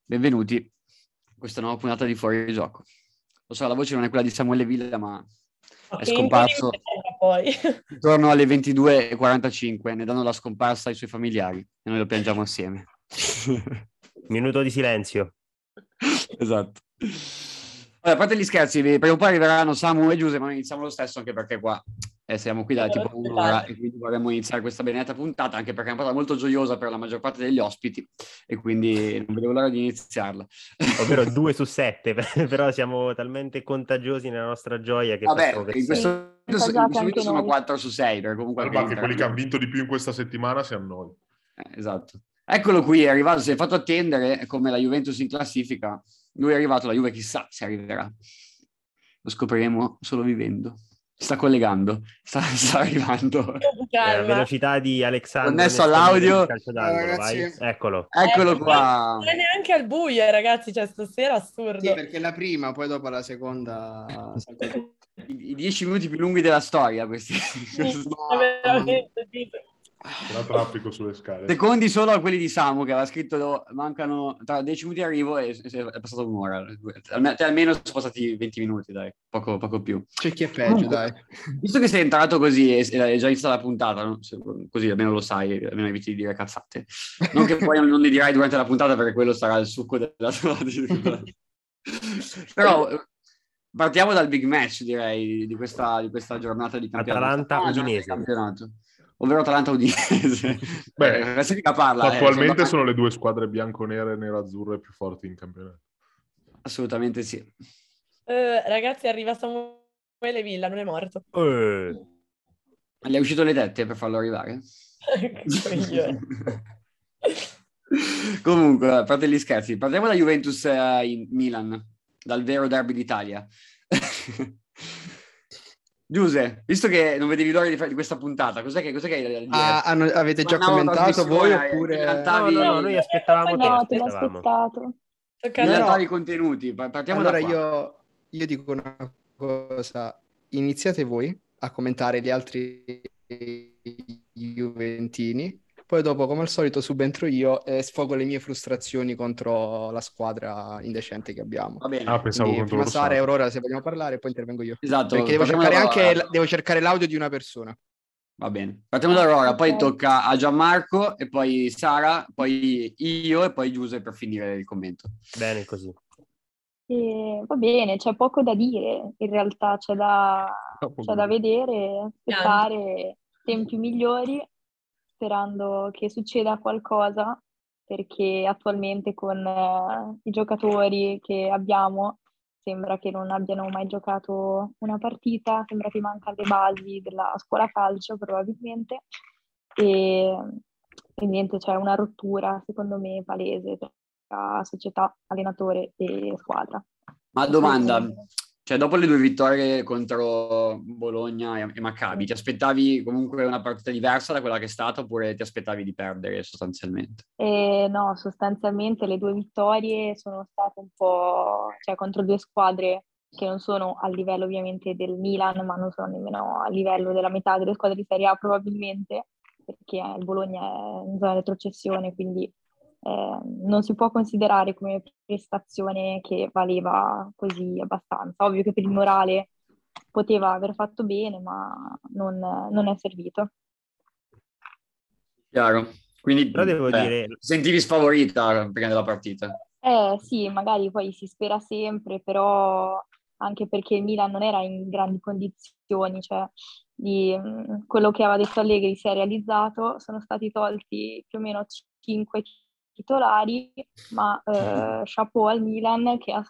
Benvenuti a questa nuova puntata di Fuori Gioco. Lo so, la voce non è quella di Samuele Villa, ma è scomparso poi. intorno alle 22:45. Ne danno la scomparsa ai suoi familiari e noi lo piangiamo assieme. Minuto di silenzio. Esatto. Vabbè, a parte gli scherzi, prima o poi arriveranno Samu e Giuseppe, ma noi iniziamo lo stesso, anche perché qua siamo qui da tipo un'ora e quindi vorremmo iniziare questa benedetta puntata, anche perché è una puntata molto gioiosa per la maggior parte degli ospiti e quindi non vedevo l'ora di iniziarla. Ovvero 2 su 7, però siamo talmente contagiosi nella nostra gioia che facciamo per in questo momento sono 4 su 6, perché comunque Alba, che quelli che hanno vinto di più in questa settimana siamo noi. Esatto. Eccolo qui, è arrivato, si è fatto attendere come la Juventus in classifica. Lui è arrivato, la Juve chissà se arriverà. Lo scopriremo solo vivendo. Si sta collegando, sta arrivando. La velocità di Alexandro. Connesso all'audio. Vai. Eccolo qua. Non è neanche al buio, ragazzi, cioè stasera assurdo. Sì, perché la prima, poi dopo la seconda. I 10 minuti più lunghi della storia, questi. Era traffico sulle scale. Secondi solo a quelli di Samu, che aveva scritto mancano tra 10 minuti arrivo e è passata un'ora. Almeno sono passati 20 minuti, dai, poco più. C'è chi è peggio, dai. Visto che sei entrato così e è già iniziata la puntata, no? Così almeno lo sai, almeno eviti di dire cazzate. Non che poi non li dirai durante la puntata, perché quello sarà il succo della tua... Però partiamo dal big match, direi, di questa giornata di campionato. Atalanta-Udinese. Ovvero Atalanta-Udinese. Attualmente sono le due squadre bianconere e nerazzurre più forti in campionato. Assolutamente sì. Ragazzi, arriva Samuele Villa, non è morto. Le è uscito le tette per farlo arrivare? Comunque, a parte gli scherzi, partiamo da Juventus in Milan, dal vero derby d'Italia. Giuse, visto che non vedevi l'ora di questa puntata, cos'è che hai da dire? Avete già commentato voi oppure... No, noi aspettavamo te. I contenuti, partiamo allora da qua. Io dico una cosa, iniziate voi a commentare gli altri juventini, poi dopo come al solito subentro io e sfogo le mie frustrazioni contro la squadra indecente che abbiamo. Va bene. Pensavo contro prima Sara e Aurora se vogliamo parlare, poi intervengo io. Esatto. Perché devo cercare l'audio di una persona. Va bene. Partiamo da Aurora, poi tocca a Gianmarco e poi Sara, poi io e poi Giuse per finire il commento. Bene così. Va bene, c'è poco da dire, in realtà c'è da vedere, aspettare tempi migliori, sperando che succeda qualcosa, perché attualmente con i giocatori che abbiamo sembra che non abbiano mai giocato una partita, sembra che mancano le basi della scuola calcio probabilmente, e niente, c'è una rottura secondo me palese tra società, allenatore e squadra. Ma domanda, cioè dopo le 2 vittorie contro Bologna e Maccabi, ti aspettavi comunque una partita diversa da quella che è stata oppure ti aspettavi di perdere sostanzialmente? No, sostanzialmente le 2 vittorie sono state un po', cioè contro 2 squadre che non sono a livello ovviamente del Milan, ma non sono nemmeno a livello della metà delle squadre di Serie A probabilmente, perché il Bologna è in zona di retrocessione, quindi non si può considerare come prestazione che valeva così abbastanza. Ovvio che per il morale poteva aver fatto bene, ma non è servito. Chiaro. Quindi però devo dire... sentivi sfavorita prima della partita? Sì, magari poi si spera sempre, però anche perché il Milan non era in grandi condizioni, cioè quello che aveva detto Allegri si è realizzato, sono stati tolti più o meno 5 titolari, ma chapeau al Milan che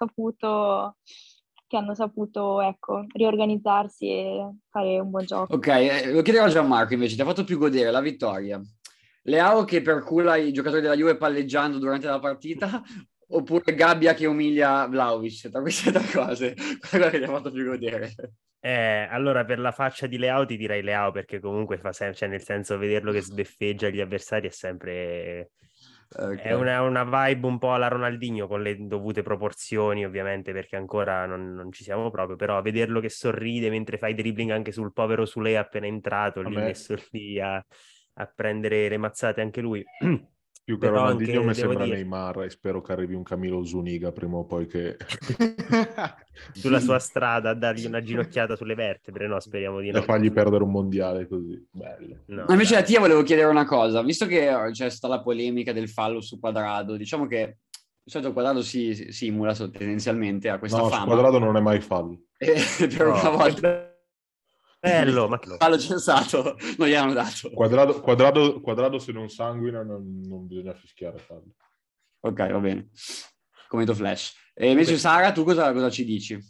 hanno saputo riorganizzarsi e fare un buon gioco. Ok, lo chiedevo a Gianmarco invece, ti ha fatto più godere la vittoria? Leao che percula i giocatori della Juve palleggiando durante la partita oppure Gabbia che umilia Vlahovic? Tra queste 3 cose, quella che ti ha fatto più godere? Allora per la faccia di Leao ti direi Leao, perché comunque fa sempre, cioè nel senso vederlo che sbeffeggia gli avversari è sempre... Okay. È una vibe un po' alla Ronaldinho, con le dovute proporzioni ovviamente, perché ancora non ci siamo proprio, però vederlo che sorride mentre fa i dribbling anche sul povero Sule appena entrato, lì messo lì a prendere le mazzate anche lui Più che Ronaldinho mi sembra Neymar, e spero che arrivi un Camilo Zuniga prima o poi che... sulla sua strada a dargli una ginocchiata sulle vertebre, no, speriamo di no. E fargli perdere un mondiale così, bello. No, invece a te volevo chiedere una cosa, visto che c'è stata la polemica del fallo su Quadrado, diciamo che di solito Quadrado si simula tendenzialmente a questa fama. No, su Quadrado non è mai fallo. Per una volta... Bello, ma fallo censato non gli hanno dato. Quadrado se non sanguina non bisogna fischiare fallo. Ok, va bene. Commento flash. E invece Sara, tu cosa ci dici?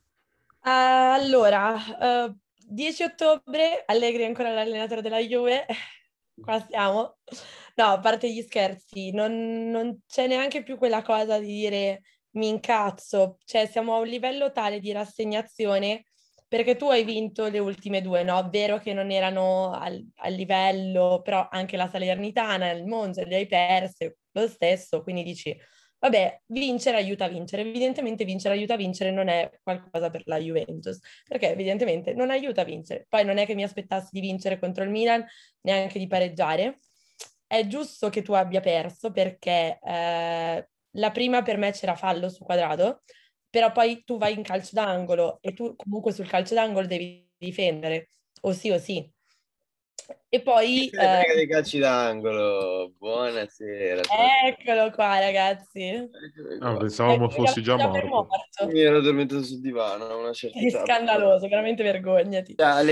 Allora, 10 ottobre, Allegri è ancora l'allenatore della Juve. Qua stiamo. No, a parte gli scherzi, non c'è neanche più quella cosa di dire mi incazzo. Cioè, siamo a un livello tale di rassegnazione perché tu hai vinto le ultime due, no? Vero che non erano al livello, però anche la Salernitana, il Monza, le hai perse lo stesso, quindi dici, vabbè, vincere aiuta a vincere. Evidentemente vincere aiuta a vincere non è qualcosa per la Juventus, perché evidentemente non aiuta a vincere. Poi non è che mi aspettassi di vincere contro il Milan, neanche di pareggiare. È giusto che tu abbia perso, perché la prima per me c'era fallo su Quadrado, però poi tu vai in calcio d'angolo e tu comunque sul calcio d'angolo devi difendere, o sì o sì. E poi... dei calci d'angolo, buonasera. Eccolo qua, ragazzi. No, pensavamo fossi già morto. Mi ero addormentato sul divano a una certa età. È scandaloso, veramente vergognati. Alle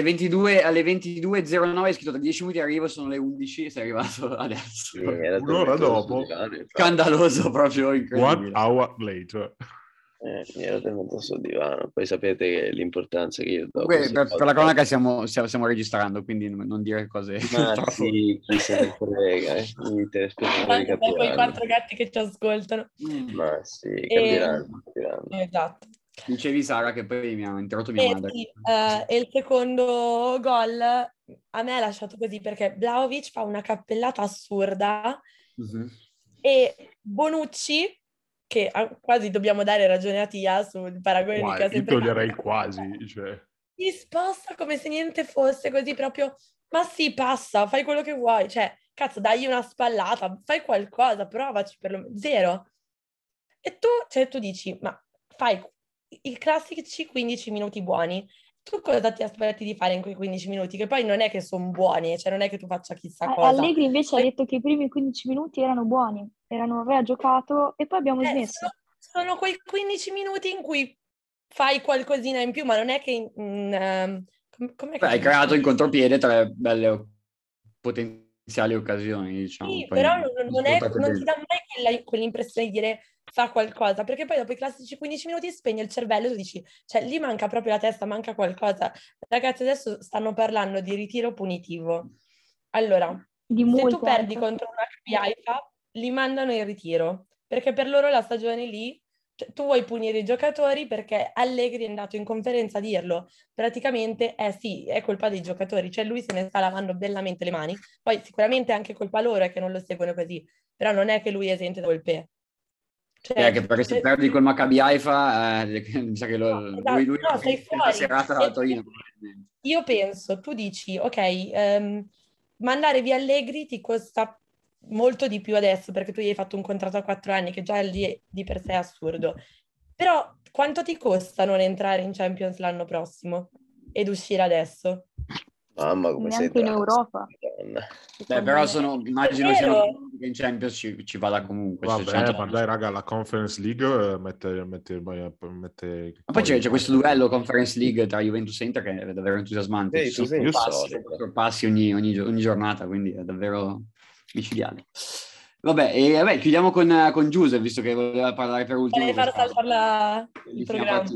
22.09 è scritto tra 10 minuti arrivo, sono le 11, sei arrivato adesso. Sì, un'ora dopo. Scandaloso, proprio incredibile. 1 hour later. Mi ero tenuto sul divano, poi sapete che l'importanza che io do. Per la cronaca stiamo registrando, quindi non dire cose. Ma sì, chi se ne frega, i telespettatori capiranno. Quei 4 gatti che ci ascoltano. Ma sì, capiranno. Esatto. Dicevi Sara che poi mi ha interrotto mia madre. Sì, e il secondo gol a me ha lasciato così perché Vlahovic fa una cappellata assurda e Bonucci, che quasi dobbiamo dare ragione a Tia sul paragone che ha sempre io toglierei quasi, cioè. Si sposta come se niente fosse, così proprio, ma sì, passa, fai quello che vuoi, cioè, cazzo, dagli una spallata, fai qualcosa, provaci per lo zero. E tu dici, ma fai i classici 15 minuti buoni, tu cosa ti aspetti di fare in quei 15 minuti? Che poi non è che sono buoni, cioè non è che tu faccia chissà cosa. Allegri invece ha detto che i primi 15 minuti erano buoni, aveva giocato e poi abbiamo smesso. Sono quei 15 minuti in cui fai qualcosina in più, ma non è che... hai creato in contropiede 3 belle potenziali occasioni, diciamo. Sì, però non ti dà mai quell'impressione di dire fa qualcosa, perché poi dopo i classici 15 minuti spegne il cervello e tu dici, cioè lì manca proprio la testa, manca qualcosa. Ragazzi, adesso stanno parlando di ritiro punitivo. Allora, se tu perdi contro una Haifa, li mandano in ritiro, perché per loro la stagione lì, cioè, tu vuoi punire i giocatori perché Allegri è andato in conferenza a dirlo. Praticamente, sì, è colpa dei giocatori, cioè lui se ne sta lavando bellamente le mani, poi sicuramente è anche colpa loro è che non lo seguono così, però non è che lui è esente da colpe. Cioè, anche perché se perdi col Maccabi Haifa, mi sa che lui sei fuori. Serata a Torino. Io penso, tu dici, ok, mandare via Allegri ti costa molto di più adesso perché tu gli hai fatto un contratto a 4 anni che già lì di per sé è assurdo, però quanto ti costa non entrare in Champions l'anno prossimo ed uscire adesso? Mamma, come neanche in Europa. Però immagino che in Champions ci vada comunque. Vabbè, ma dai raga, la Conference League mette... Ma poi c'è questo duello Conference League tra Juventus e Inter che è davvero entusiasmante. Ci sono passi ogni giornata, quindi è davvero micidiale. Vabbè, chiudiamo con Giuseppe, visto che voleva parlare per ultimo. Volevo far saltare il programma.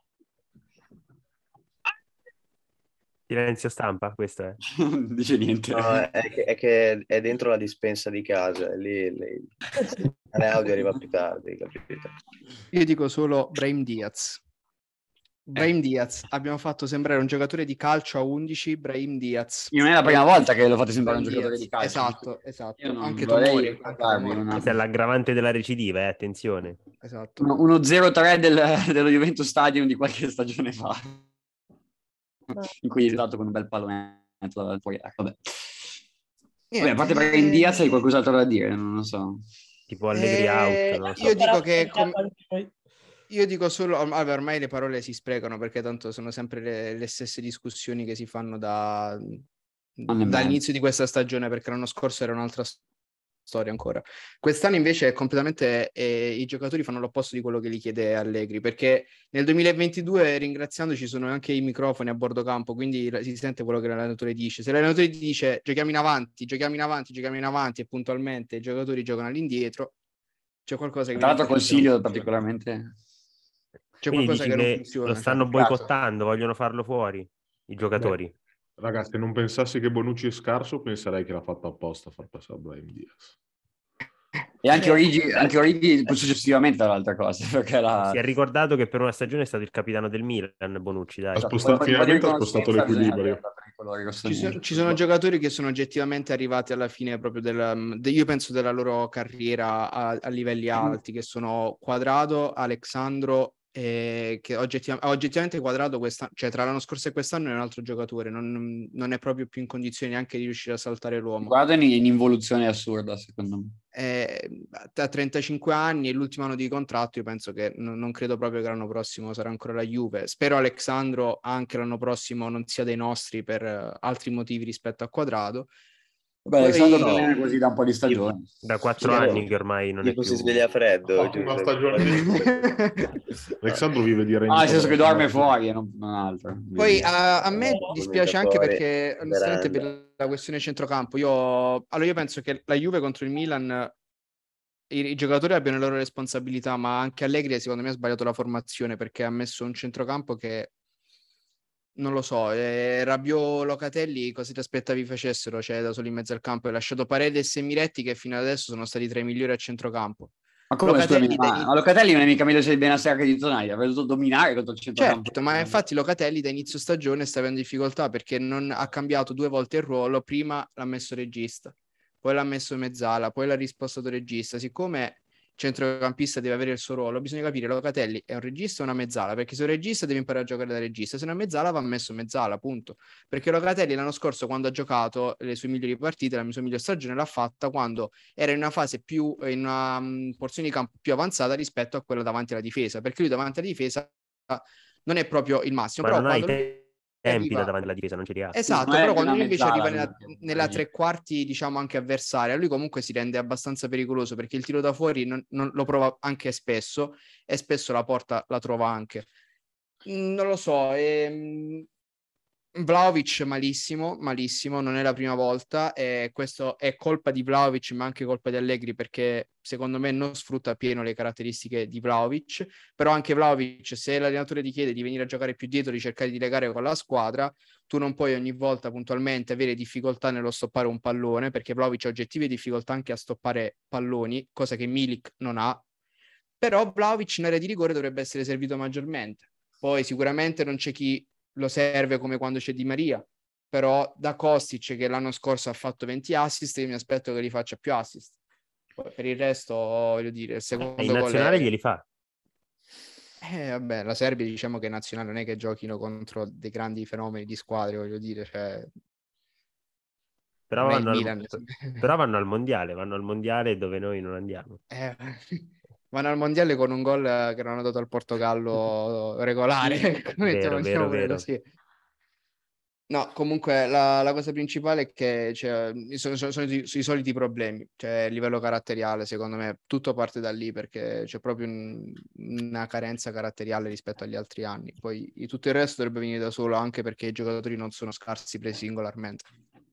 Silenzio stampa, questo è. Non dice niente. No, è che è dentro la dispensa di casa, lì l'audio arriva più tardi, capito? Io dico solo Brahim Diaz. Brahim Diaz, abbiamo fatto sembrare un giocatore di calcio a 11, Brahim Diaz. Non è la prima volta che lo fate sembrare un giocatore di calcio. Esatto. Anche Tomori. Questa è l'aggravante della recidiva, attenzione. Esatto. Uno 0-3 dello Juventus Stadium di qualche stagione fa. In cui è stato con un bel pallone fuori. Vabbè. Vabbè, a parte perché in Diaz hai qualcos'altro da dire, non lo so. Tipo Allegri out, non lo so. Io dico che... Io dico solo, ormai le parole si sprecano perché tanto sono sempre le stesse discussioni che si fanno dall'inizio di questa stagione, perché l'anno scorso era un'altra storia ancora. Quest'anno invece è completamente i giocatori fanno l'opposto di quello che gli chiede Allegri, perché nel 2022, ringraziandoci, sono anche i microfoni a bordo campo, quindi si sente quello che l'allenatore dice. Se l'allenatore ti dice giochiamo in avanti e puntualmente i giocatori giocano all'indietro, c'è qualcosa che... Tra l'altro consiglio particolarmente... C'è qualcosa che non funziona. Lo stanno boicottando, vogliono farlo fuori i giocatori. Ragazzi, se non pensassi che Bonucci è scarso, penserei che l'ha fatto apposta a far passare Brahim Diaz. E anche Origi successivamente tra l'altra cosa, perché si è ricordato che per una stagione è stato il capitano del Milan, Bonucci, dai. Finalmente ha spostato l'equilibrio. Ci sono giocatori che sono oggettivamente arrivati alla fine proprio io penso della loro carriera a livelli alti, che sono Quadrado, Alexandro, che oggettivamente Quadrado cioè tra l'anno scorso e quest'anno è un altro giocatore, non è proprio più in condizione neanche di riuscire a saltare l'uomo. Guarda, in involuzione assurda secondo me. A 35 anni e l'ultimo anno di contratto, io penso che non credo proprio che l'anno prossimo sarà ancora la Juve. Spero Alexandro anche l'anno prossimo non sia dei nostri per altri motivi rispetto a Quadrado. Beh, Alexandro non è così da un po' di stagioni. Da 4 anni che ormai non è più... si sveglia freddo. Una stagione. Alexandro vive di nel senso che dorme fuori e non altro. Poi a me dispiace anche perché onestamente per la questione centrocampo io penso che la Juve contro il Milan i giocatori abbiano le loro responsabilità, ma anche Allegri secondo me ha sbagliato la formazione perché ha messo un centrocampo che non lo so, Rabiot, Locatelli cosa ti aspettavi facessero? Cioè da soli in mezzo al campo, hai lasciato Paredes e Miretti che fino adesso sono stati tra i migliori a centrocampo. Ma come Locatelli non è mica meglio se il Benasser che di Tonali, avrebbe dovuto dominare contro il centrocampo. Certo, ma infatti Locatelli da inizio stagione sta avendo difficoltà perché non ha cambiato 2 volte il ruolo, prima l'ha messo regista, poi l'ha messo mezzala, poi l'ha rispostato regista. Siccome centrocampista deve avere il suo ruolo, bisogna capire Locatelli è un regista o una mezzala, perché se è un regista deve imparare a giocare da regista, se è una mezzala va messo mezzala, punto. Perché Locatelli l'anno scorso quando ha giocato le sue migliori partite, la sua migliore stagione l'ha fatta quando era in una fase più, in una porzione di campo più avanzata rispetto a quella davanti alla difesa, perché lui davanti alla difesa non è proprio il massimo, ma però non quando tempi da davanti alla difesa, non ci riesce. Esatto, però quando lui invece arriva nella tre quarti, diciamo anche avversaria, lui comunque si rende abbastanza pericoloso perché il tiro da fuori non lo prova anche spesso e spesso la porta la trova anche. Non lo so, Vlahovic malissimo, non è la prima volta e questo è colpa di Vlahovic ma anche colpa di Allegri perché secondo me non sfrutta appieno le caratteristiche di Vlahovic, però anche Vlahovic se l'allenatore ti chiede di venire a giocare più dietro, di cercare di legare con la squadra, tu non puoi ogni volta puntualmente avere difficoltà nello stoppare un pallone perché Vlahovic ha oggettive difficoltà anche a stoppare palloni, cosa che Milik non ha, però Vlahovic in area di rigore dovrebbe essere servito maggiormente. Poi sicuramente non c'è chi lo serve come quando c'è Di Maria, però da Kostic che l'anno scorso ha fatto 20 assist io mi aspetto che li faccia più assist. Poi, per il resto voglio dire il secondo in nazionale glieli fa. Vabbè, la Serbia diciamo che nazionale non è che giochino contro dei grandi fenomeni di squadre, voglio dire, cioè... però vanno al mondiale dove noi non andiamo. Vanno al mondiale con un gol che non hanno dato al Portogallo regolare. Vero. Così. No, comunque la cosa principale è che sono sui soliti problemi, cioè a livello caratteriale secondo me tutto parte da lì perché c'è proprio una carenza caratteriale rispetto agli altri anni. Poi tutto il resto dovrebbe venire da solo anche perché i giocatori non sono scarsi presi singolarmente.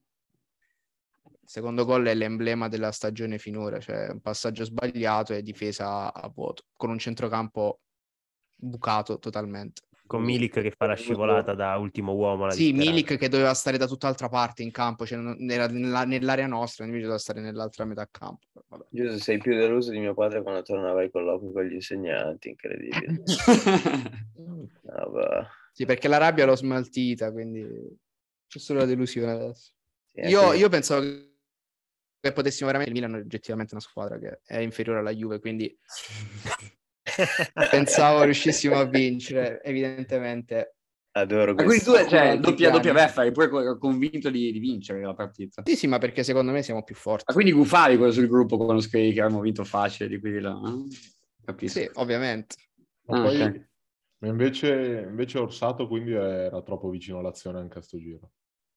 Il secondo gol è l'emblema della stagione finora, cioè un passaggio sbagliato e difesa a vuoto, con un centrocampo bucato totalmente. Con Milik che fa la scivolata da ultimo uomo alla disperata. Milik che doveva stare da tutt'altra parte in campo, cioè nell'area nostra, invece doveva stare nell'altra metà campo. Vabbè. Giusto, sei più deluso di mio padre quando tornava ai colloqui con gli insegnanti, incredibile. Sì, perché la rabbia l'ho smaltita, quindi c'è solo la delusione adesso. Sì, io pensavo che potessimo veramente... Il Milan è oggettivamente una squadra che è inferiore alla Juve, quindi pensavo riuscissimo a vincere. Evidentemente Adoro quindi tu, doppia beffa, eri pure convinto di vincere la partita. Sì, ma perché secondo me siamo più forti. Quindi gufavi quello sul gruppo quando scrivi che avevamo vinto facile di qui di là. Capisco. Sì, ovviamente. Ma poi invece Orsato quindi era troppo vicino all'azione anche a sto giro.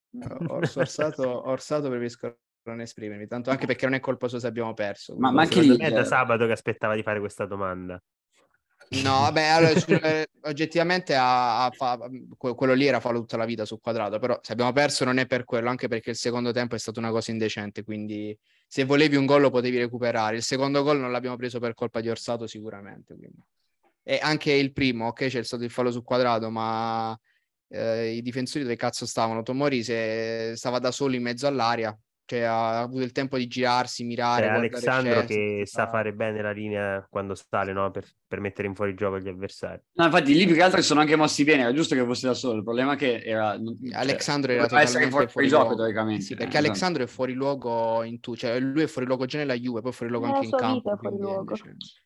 Orsato preferisco non esprimermi, tanto anche perché non è colpa sua se abbiamo perso. Ma anche lì è da sabato che aspettava di fare questa domanda. No, vabbè, allora, oggettivamente quello lì era fallo tutta la vita su Quadrato, però se abbiamo perso non è per quello, anche perché il secondo tempo è stata una cosa indecente, quindi se volevi un gol lo potevi recuperare. Il secondo gol non l'abbiamo preso per colpa di Orsato sicuramente, quindi. E anche il primo, ok, c'è stato il fallo su Quadrato, ma i difensori dove cazzo stavano? Tomori stava da solo in mezzo all'area, cioè ha avuto il tempo di girarsi, mirare, Alexandro che sa fare bene la linea quando sale, no? Per mettere in fuorigioco gli avversari. No, infatti lì più che altro sono anche mossi bene, era giusto che fosse da solo, il problema è che era... Alexandro era totalmente fuori gioco teoricamente. Sì, perché Alexandro è fuori luogo cioè lui è fuori luogo già nella Juve, poi fuori luogo anche in campo. È fuori luogo.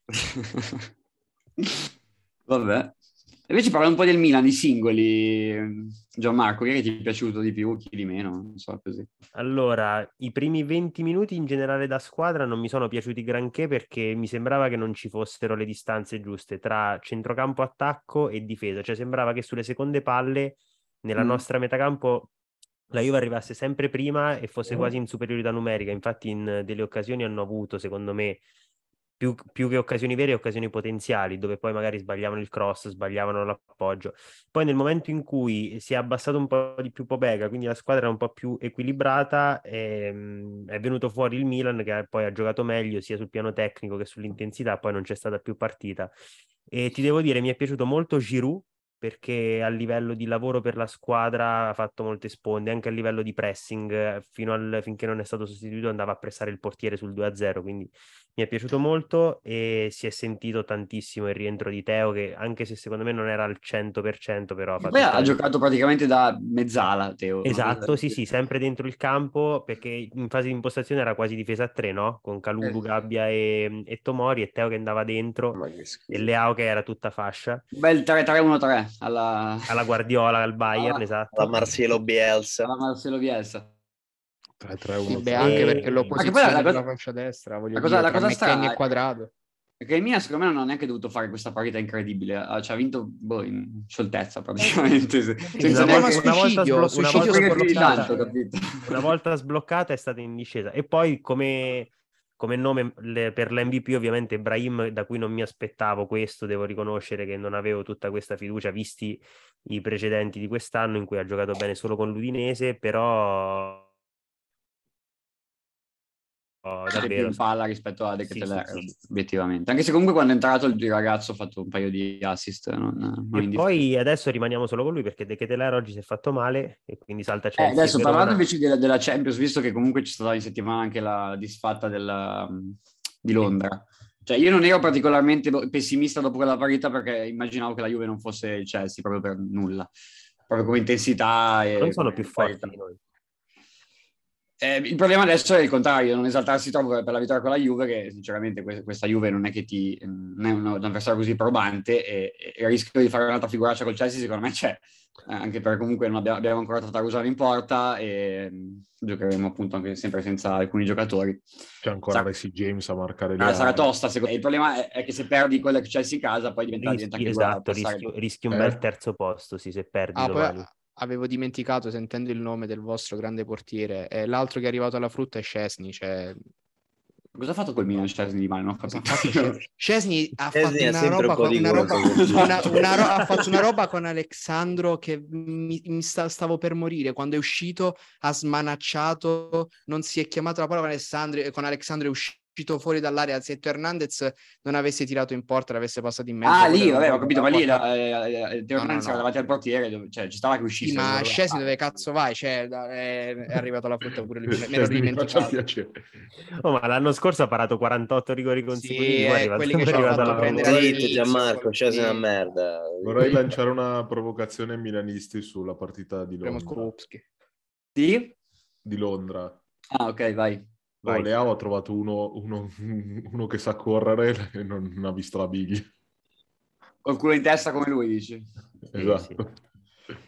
Vabbè. Invece parla un po' del Milan, di singoli, Gianmarco, chi è che ti è piaciuto di più, chi di meno, non so così. Allora, i primi 20 minuti in generale da squadra non mi sono piaciuti granché perché mi sembrava che non ci fossero le distanze giuste tra centrocampo, attacco e difesa, cioè sembrava che sulle seconde palle nella nostra metacampo la Juve arrivasse sempre prima e fosse quasi in superiorità numerica, infatti in delle occasioni hanno avuto, secondo me, più che occasioni vere, occasioni potenziali, dove poi magari sbagliavano il cross, sbagliavano l'appoggio. Poi nel momento in cui si è abbassato un po' di più Pobega, quindi la squadra è un po' più equilibrata, è venuto fuori il Milan che poi ha giocato meglio sia sul piano tecnico che sull'intensità, poi non c'è stata più partita. E ti devo dire, mi è piaciuto molto Giroud, perché a livello di lavoro per la squadra ha fatto molte sponde, anche a livello di pressing, finché non è stato sostituito andava a pressare il portiere sul 2-0, quindi mi è piaciuto molto e si è sentito tantissimo il rientro di Teo, che anche se secondo me non era al 100%, però ha giocato praticamente da mezzala, Teo. Esatto, sì, sempre dentro il campo, perché in fase di impostazione era quasi difesa a 3, no? Con Kalulu, Gabbia e Tomori, e Teo che andava dentro, e Leao che era tutta fascia. Bel 3-3-1-3 alla Guardiola, al Bayern, esatto. Alla Marcelo Bielsa. 3-3-1. Sì, anche perché l'opposizione della fascia destra, voglio dire, la cosa strana è Quadrato. Perché il Milan secondo me non ha neanche dovuto fare questa partita incredibile, ci ha vinto in scioltezza praticamente. Una volta sbloccata è stata in discesa. E poi come nome per l'MVP ovviamente Brahim, da cui non mi aspettavo questo, devo riconoscere che non avevo tutta questa fiducia visti i precedenti di quest'anno in cui ha giocato bene solo con l'Udinese, però davvero più in palla rispetto a De Ketelaere, obiettivamente, anche se comunque quando è entrato il ragazzo ha fatto un paio di assist e poi adesso rimaniamo solo con lui perché De Ketelaere oggi si è fatto male e quindi salta Chelsea. Adesso parlando invece della Champions, visto che comunque c'è stata in settimana anche la disfatta di Londra, cioè io non ero particolarmente pessimista dopo quella partita perché immaginavo che la Juve non fosse il Chelsea proprio per nulla, proprio come intensità non sono più forti di noi. Il problema adesso è il contrario, non esaltarsi troppo per la vittoria con la Juve, che sinceramente questa Juve non è che non è un avversario così probante e il rischio di fare un'altra figuraccia col Chelsea secondo me c'è, anche perché comunque non abbiamo ancora Tatarusano in porta e giocheremo appunto anche sempre senza alcuni giocatori. C'è ancora Reece James a marcare le sarà tosta, secondo me. Il problema è che se perdi quella che Chelsea in casa poi diventa anche esatto, rischi un bel terzo posto, sì, se perdi domani. Avevo dimenticato, sentendo il nome del vostro grande portiere, e l'altro che è arrivato alla frutta è Szczesny. Cosa ha fatto col Milan Szczesny di male? Non ho capito. Szczesny ha fatto una roba con Alexandro che stavo per morire. Quando è uscito ha smanacciato, non si è chiamato la parola con Alexandro è uscito fuori dall'area. Se Hernandez non avesse tirato in porta, l'avesse passato in mezzo. Lì, vabbè, ho capito, ma lì Hernandez era davanti al portiere, cioè ci stava che uscisse. Sì, ma Szczesny dove cazzo vai? Cioè, è arrivato alla frutta pure lui. Me l'ho dimenticato. Ma l'anno scorso ha parato 48 rigori consecutivi. Sì, quelli che ci hanno fatto prendere Gianmarco, Szczesny è una merda. Vorrei lanciare una provocazione ai milanisti sulla partita di Londra. Di Londra. Ok, vai. Leao ha trovato uno che sa correre e non ha visto la biglia. Col culo in testa come lui, dici? Esatto.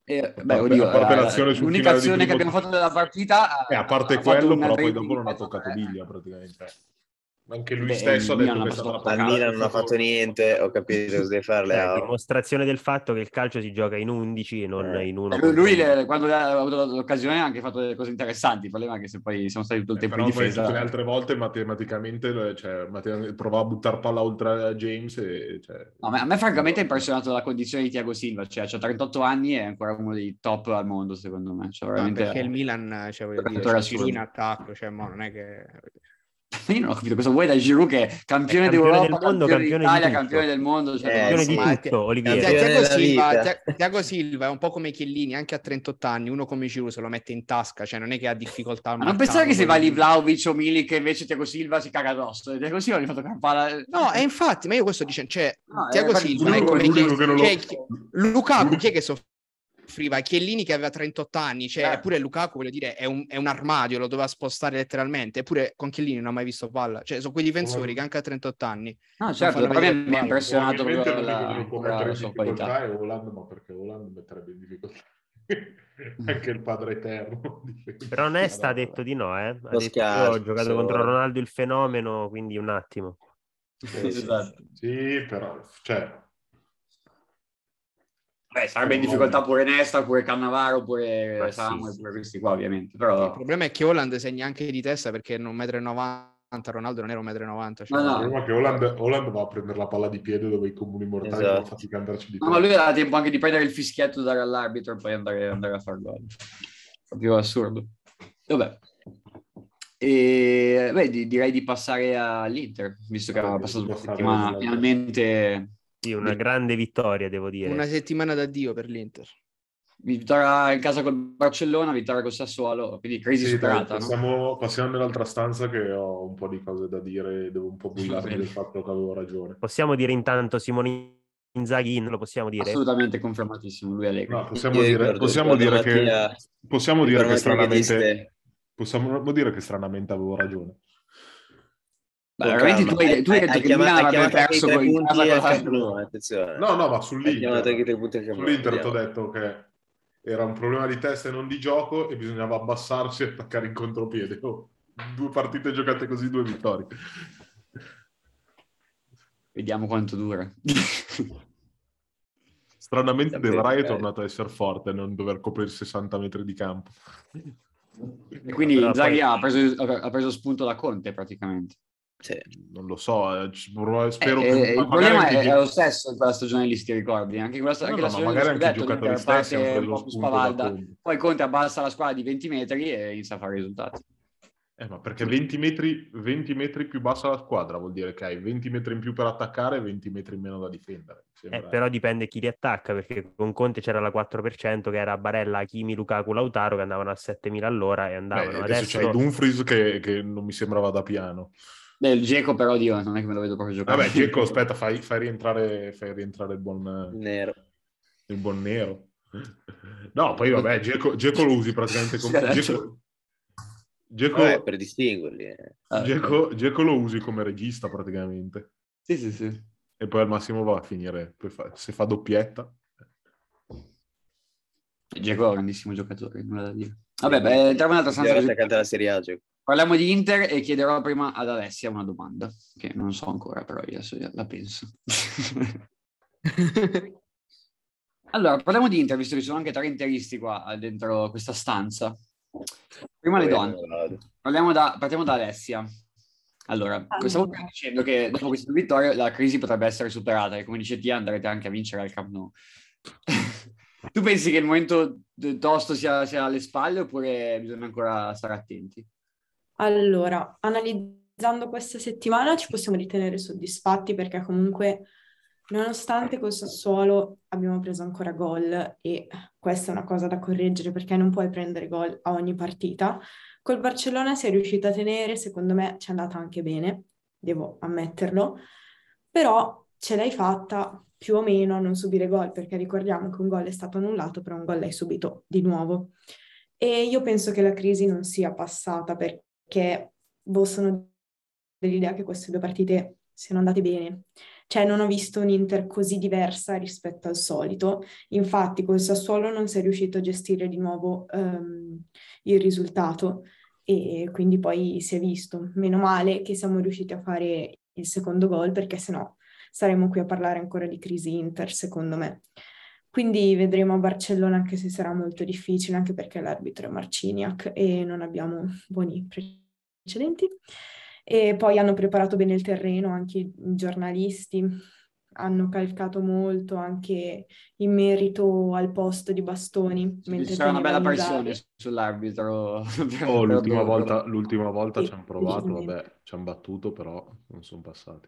Oddio, a parte l'azione sul l'unica finale azione che abbiamo fatto della partita... a parte quello, però poi dopo non ha toccato biglia praticamente. Anche lui stesso ha detto che è stata la partita. Al Milan non ha fatto niente, ho capito cosa deve fare. Dimostrazione del fatto che il calcio si gioca in 11 e non in uno. Lui quando ha avuto l'occasione ha anche fatto delle cose interessanti. Il problema è che se poi siamo stati tutto il tempo in difesa... tutte le altre volte matematicamente provava a buttare palla oltre a James No, a me francamente è impressionato la condizione di Thiago Silva, cioè ha 38 anni e è ancora uno dei top al mondo secondo me, veramente... perché il Milan, voglio dire, c'è in attacco, non è che... Io non ho capito cosa vuoi da Giroud, che è campione d'Europa, del mondo, campione d'Italia, campione del mondo, campione di tutto, Olivier. Thiago Silva è un po' come Chiellini, anche a 38 anni, uno come Giroud se lo mette in tasca, non è che ha difficoltà. Ma non pensare che se va lì Vlahovic o Milik, che invece Thiago Silva si caga addosso, Thiago Silva gli ha fatto campare... No, è infatti, ma io questo dicendo, Thiago Silva è come Lukaku, chi è che soffriva? Chiellini che aveva 38 anni, eppure Lukaku, voglio dire, è un armadio, lo doveva spostare letteralmente, eppure con Chiellini non ha mai visto palla, sono quei difensori che anche a 38 anni certo, mi ha impressionato proprio la sua qualità è Haaland, ma perché Haaland metterebbe in difficoltà anche il padre eterno. Però Nesta ha detto di no, ha detto io ho giocato contro Ronaldo il fenomeno, quindi un attimo. Sì, però sarebbe in difficoltà pure Nesta, pure Cannavaro, pure Samuel, pure questi qua ovviamente. Però... Il problema è che Haaland segna anche di testa perché non 1,90 m, Ronaldo non era 1,90 m. Il problema è che Haaland va a prendere la palla di piede dove i comuni mortali non fatica a andarci di testa. Ma lui ha tempo anche di prendere il fischietto, dare all'arbitro e poi andare a far gol. Proprio assurdo. Vabbè. Direi di passare all'Inter, visto che aveva passato una settimana finalmente... Sì, una grande vittoria, devo dire. Una settimana d'addio per l'Inter. Vittoria in casa col Barcellona, vittoria col Sassuolo, quindi crisi superata. Passiamo nell'altra stanza che ho un po' di cose da dire, devo un po' bullarmi del fatto che avevo ragione. Possiamo dire intanto Simone Inzaghi, lo possiamo dire? Assolutamente confermatissimo, lui è Allegri. No, possiamo dire che stranamente avevo ragione. Veramente tu hai detto che Milan aveva perso in casa con attenzione. No, ma sull'Inter ti ho detto che era un problema di testa e non di gioco e bisognava abbassarsi e attaccare in contropiede. 2 partite giocate così, 2 vittorie. Vediamo quanto dura. Stranamente De Vrij è tornato a essere forte, non dover coprire 60 metri di campo. E quindi Inzaghi ha preso spunto da Conte praticamente. Sì. Non lo so, spero che il problema è lo stesso in quella stagione lì, se ti ricordi, anche la stagione dello scudetto l'Inter parte un po' più spavalda, poi Conte abbassa la squadra di 20 metri e inizia a fare risultati. Ma perché 20 metri più bassa la squadra vuol dire che hai 20 metri in più per attaccare e 20 metri in meno da difendere. Però dipende chi li attacca, perché con Conte c'era la 4% che era Barella, Hakimi, Lukaku, Lautaro che andavano a 7.000 all'ora e andavano. Adesso c'hai Dumfries che non mi sembrava da piano. Il Dzeko però non è che me lo vedo proprio giocare. Vabbè, Dzeko, aspetta, fai rientrare il buon Nero. Il buon nero. No, poi vabbè, Dzeko lo usi praticamente come Dzeko per distinguerli. Dzeko lo usi come regista praticamente. Sì. E poi al massimo va a finire, se fa doppietta. Dzeko è un grandissimo giocatore, nulla da dire. Vabbè, entriamo in un'altra stanza. La Serie A, Dzeko. Parliamo di Inter e chiederò prima ad Alessia una domanda, che non so ancora, però io adesso la penso. Allora, parliamo di Inter, visto che ci sono anche 3 interisti qua dentro questa stanza. Prima le donne. Partiamo da Alessia. Allora, stavo dicendo che dopo queste 2 vittorie la crisi potrebbe essere superata e come dice Tia andrete anche a vincere al Camp Nou. Tu pensi che il momento tosto sia alle spalle oppure bisogna ancora stare attenti? Allora, analizzando questa settimana ci possiamo ritenere soddisfatti perché comunque nonostante col Sassuolo abbiamo preso ancora gol e questa è una cosa da correggere perché non puoi prendere gol a ogni partita. Col Barcellona si è riuscita a tenere, secondo me ci è andata anche bene, devo ammetterlo, però ce l'hai fatta più o meno a non subire gol perché ricordiamo che un gol è stato annullato, però un gol l'hai subito di nuovo. E io penso che la crisi non sia passata perché sono dell'idea che queste 2 partite siano andate bene. cioè non ho visto un'Inter così diversa rispetto al solito. Infatti col Sassuolo non si è riuscito a gestire di nuovo il risultato e quindi poi si è visto. Meno male che siamo riusciti a fare il secondo gol, perché sennò saremmo qui a parlare ancora di crisi Inter, secondo me. Quindi vedremo a Barcellona, anche se sarà molto difficile, anche perché l'arbitro è Marciniak e non abbiamo buoni precedenti. E poi hanno preparato bene il terreno, anche i giornalisti hanno calcato molto anche in merito al posto di Bastoni. Ci sarà una bella pressione sull'arbitro. L'ultima volta ci hanno provato, vabbè, ci hanno battuto, però non sono passati.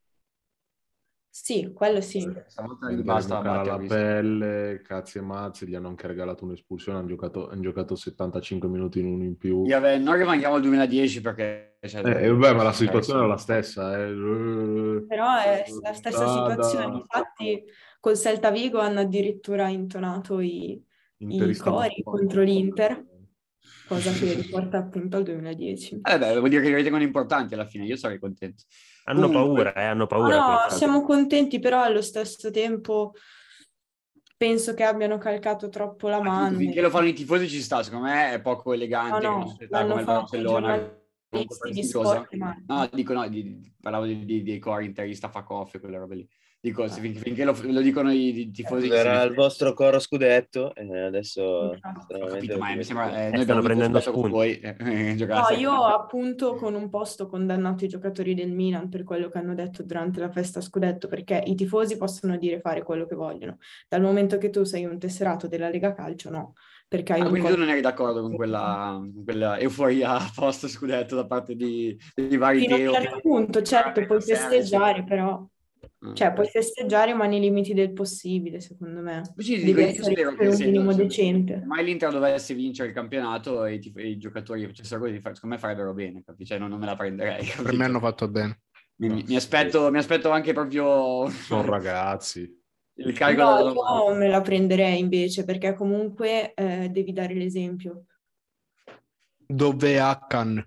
Sì, quello sì. Stavolta gli basta la pelle, cazzi e mazzi, gli hanno anche regalato un'espulsione, hanno giocato 75 minuti in uno in più. Noi rimaniamo al 2010 perché... ma la situazione è la stessa. Però è la stessa situazione, infatti col Celta Vigo hanno addirittura intonato i cori contro l'Inter, cosa che riporta appunto al 2010. Vuol dire che li ritengono importanti alla fine, io sarei contento. Hanno paura. No, siamo contenti, però allo stesso tempo penso che abbiano calcato troppo la mano. Finché lo fanno i tifosi ci sta, secondo me è poco elegante. No, l'hanno fatto i giornalisti di sport. Parlavo dei cori interista Facoff e quelle robe lì. Dico, finché lo dicono i tifosi... Era il vostro coro scudetto, adesso... Capito, ma mi sembra... noi stanno prendendo spunti. No, io appunto con un posto ho condannato i giocatori del Milan per quello che hanno detto durante la festa scudetto, perché i tifosi possono dire fare quello che vogliono. Dal momento che tu sei un tesserato della Lega Calcio, no. Perché hai quindi tu non eri d'accordo con quella euforia post scudetto da parte di vari fino a un certo punto, certo, puoi festeggiare, però... Cioè, puoi festeggiare, ma nei limiti del possibile, secondo me. Devi essere per un minimo decente. Se mai l'Inter dovesse vincere il campionato e i giocatori facessero così, secondo me farebbero bene, capi? Cioè, non me la prenderei. Capito? Per me hanno fatto bene. Mi aspetto anche proprio... Sono ragazzi. Il carico io me la prenderei invece, perché comunque devi dare l'esempio. Dove Hakan?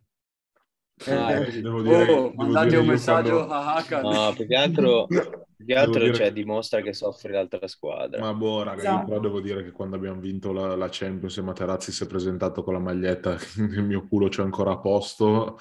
Mandate un messaggio a Hakan. No, più che altro cioè, dimostra che soffre l'altra squadra. Ma raga, io però devo dire che quando abbiamo vinto la Champions e Materazzi si è presentato con la maglietta il mio culo c'è ancora a posto,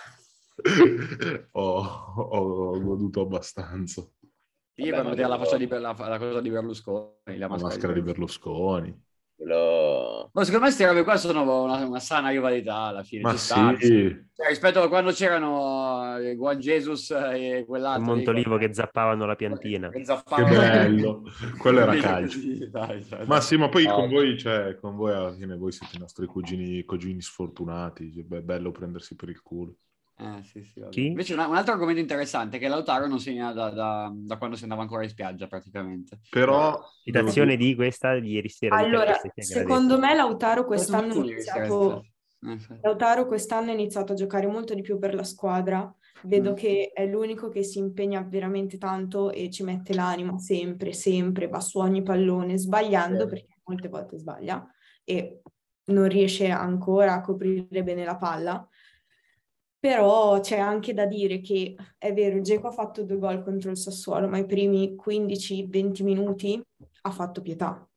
ho goduto abbastanza. Io quando vedeva la cosa di Berlusconi, la maschera di Berlusconi. Secondo me queste robe qua sono una sana rivalità alla fine. Ma cioè, rispetto a quando c'erano Juan Jesus e quell'altro Montolivo che zappavano la piantina. Che bello, quello era calcio. Ma sì, ma poi con voi alla fine voi siete i nostri cugini sfortunati, è bello prendersi per il culo. Sì, invece un altro argomento interessante è che Lautaro non segna da quando si andava ancora in spiaggia praticamente. Però citazione di questa di ieri sera. Allora, secondo me Lautaro quest'anno ha iniziato a giocare molto di più per la squadra. Vedo che è l'unico che si impegna veramente tanto e ci mette l'anima sempre, va su ogni pallone, sbagliando, perché molte volte sbaglia e non riesce ancora a coprire bene la palla. Però c'è anche da dire che è vero, il Dzeko ha fatto 2 gol contro il Sassuolo, ma i primi 15-20 minuti ha fatto pietà.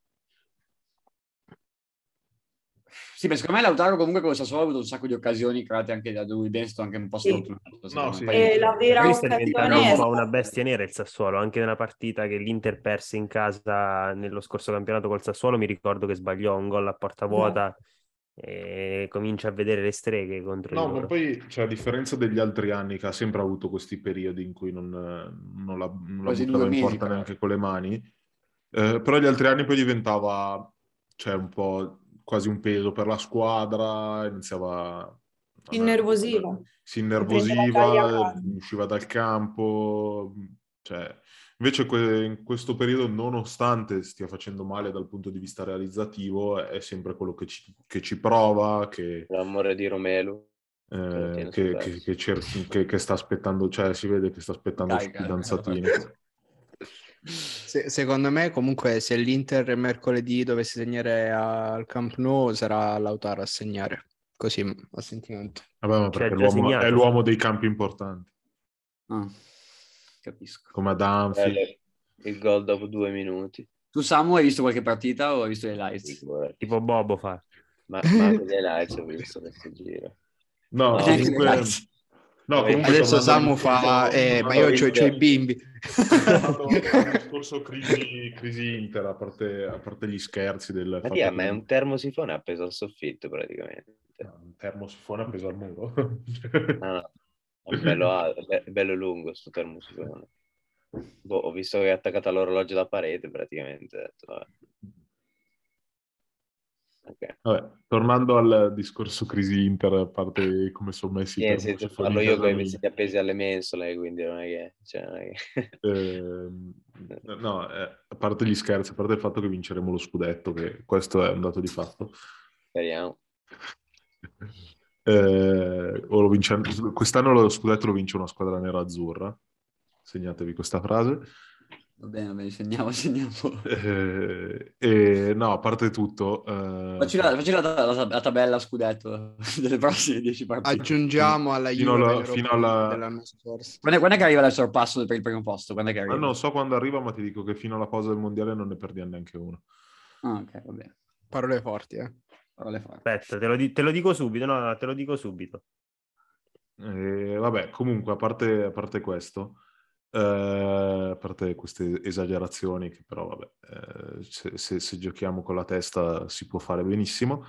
Sì, secondo me Lautaro comunque con il Sassuolo ha avuto un sacco di occasioni create anche da lui, Bensto anche un po' sfortunato. La vera sta diventando un po' una bestia nera il Sassuolo, anche nella partita che l'Inter perse in casa nello scorso campionato col Sassuolo, mi ricordo che sbagliò un gol a porta vuota. E comincia a vedere le streghe contro di loro. Ma poi a differenza degli altri anni che ha sempre avuto questi periodi in cui non la buttava in porta neanche con le mani, però gli altri anni poi diventava un po' quasi un peso per la squadra, si innervosiva, usciva dal campo, invece in questo periodo, nonostante stia facendo male dal punto di vista realizzativo, è sempre quello che ci prova, che l'amore di Romelu che sta aspettando, si vede che sta aspettando il fidanzatino. Secondo me comunque se l'Inter mercoledì dovesse segnare al Camp Nou sarà Lautaro a segnare, così a sentimento. Vabbè, ma perché è l'uomo dei campi importanti. capisco. Come ad Anfield. Il gol dopo 2 minuti. Tu, Samu, hai visto qualche partita o hai visto le highlights? Tipo Bobo fa. Ma anche gli highlights ho visto questo giro. No, comunque... No, comunque adesso Samu fa, ma io c'ho i bimbi. Tornando al discorso crisi Inter, a parte gli scherzi del fatto ma è un termosifone appeso al soffitto praticamente. Un termosifone appeso al muro. No, è bello lungo sto termosifone. Ho visto che è attaccato all'orologio da parete praticamente. Ho detto, vabbè. Okay. Vabbè, tornando al discorso crisi Inter, a parte come sono messi i sì, parlo io con i vestiti appesi alle mensole, quindi non è che... no, a parte gli scherzi, a parte il fatto che vinceremo lo scudetto, che questo è un dato di fatto. Speriamo. Quest'anno lo scudetto lo vince una squadra nera-azzurra. Segnatevi questa frase. Va bene, segniamo. No, a parte tutto... Facci la tabella scudetto delle prossime 10 partite. Aggiungiamo alla Juve fino dell'anno scorso. Quando è che arriva il sorpasso per il primo posto? Quando è che arriva? Non so quando arriva, ma ti dico che fino alla pausa del mondiale non ne perdiamo neanche uno. Ah, ok, va bene. Parole forti, Parole forti. Aspetta, te lo dico subito. No, te lo dico subito. Vabbè, comunque, a parte questo... a parte queste esagerazioni che però vabbè, se giochiamo con la testa si può fare benissimo.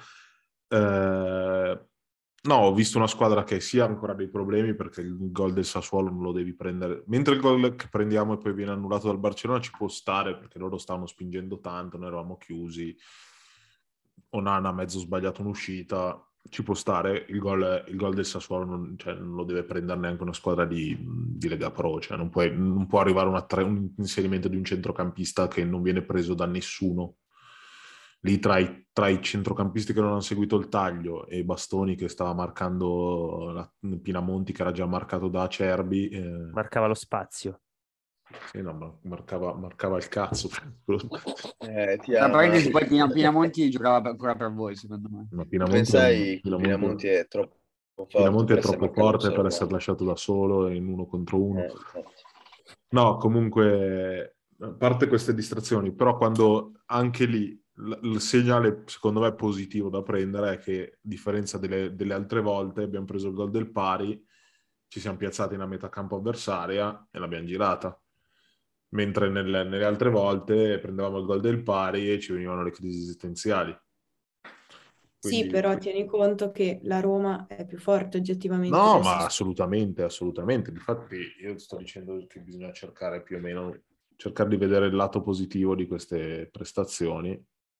No, ho visto una squadra che sì ha ancora dei problemi, perché il gol del Sassuolo non lo devi prendere, mentre il gol che prendiamo e poi viene annullato dal Barcellona ci può stare, perché loro stavano spingendo tanto, noi eravamo chiusi, Onana ha mezzo sbagliato un'uscita, ci può stare. Il gol del Sassuolo non lo deve prendere neanche una squadra di Lega Pro, cioè non può arrivare un inserimento di un centrocampista che non viene preso da nessuno. Lì tra i centrocampisti che non hanno seguito il taglio e Bastoni che stava marcando Pinamonti che era già marcato da Acerbi. Marcava lo spazio. Sì, no, marcava il cazzo. Tra parentesi, poi Pinamonti giocava ancora per voi, secondo me. Ma Pinamonti è troppo forte. Pinamonti è troppo forte per essere lasciato da solo in 1 contro 1. No, comunque, a parte queste distrazioni, però quando anche lì il segnale, secondo me, positivo da prendere è che, a differenza delle altre volte, abbiamo preso il gol del pari, ci siamo piazzati in a metà campo avversaria e l'abbiamo girata. Mentre nelle altre volte prendevamo il gol del pari e ci venivano le crisi esistenziali. Quindi... Sì, però tieni conto che la Roma è più forte oggettivamente. No, ma assolutamente. Difatti io sto dicendo che bisogna cercare più o meno, cercare di vedere il lato positivo di queste prestazioni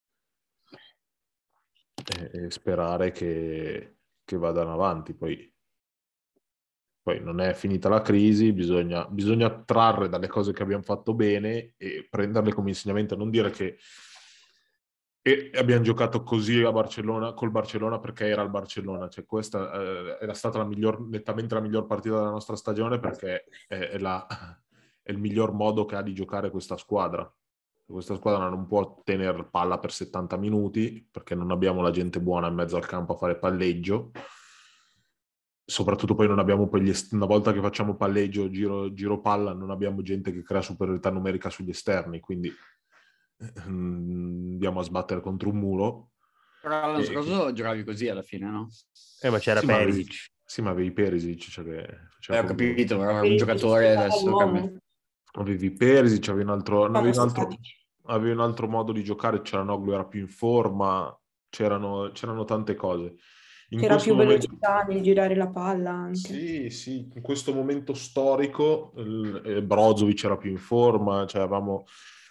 e sperare che vadano avanti. Poi non è finita la crisi, bisogna trarre dalle cose che abbiamo fatto bene e prenderle come insegnamento, non dire che abbiamo giocato così a Barcellona, col Barcellona perché era il Barcellona, cioè questa era stata nettamente la miglior partita della nostra stagione, perché è il miglior modo che ha di giocare questa squadra. Questa squadra non può tenere palla per 70 minuti perché non abbiamo la gente buona in mezzo al campo a fare palleggio. Soprattutto poi non abbiamo una volta che facciamo palleggio, giro palla, non abbiamo gente che crea superiorità numerica sugli esterni, quindi andiamo a sbattere contro un muro. Però l'anno scorso giocavi così alla fine, no? Ma c'era Perisic. Sì, ma avevi Perisic, cioè che ho capito, però un giocatore adesso. Avevi Perisic, avevi un altro modo di giocare, Çalhanoğlu era più in forma, c'erano tante cose. C'era più velocità nel girare la palla anche. Sì, in questo momento storico Brozovic era più in forma, cioè avevamo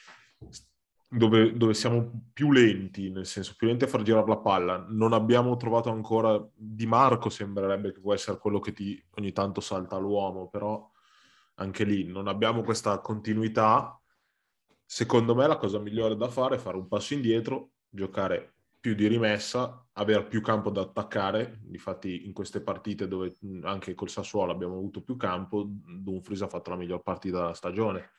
dove siamo più lenti, nel senso più lenti a far girare la palla. Non abbiamo trovato ancora Di Marco, sembrerebbe che può essere quello che ogni tanto salta all'uomo, però anche lì non abbiamo questa continuità. Secondo me la cosa migliore da fare è fare un passo indietro, giocare più di rimessa, avere più campo da attaccare. Difatti in queste partite dove anche col Sassuolo abbiamo avuto più campo, Dumfries ha fatto la miglior partita della stagione.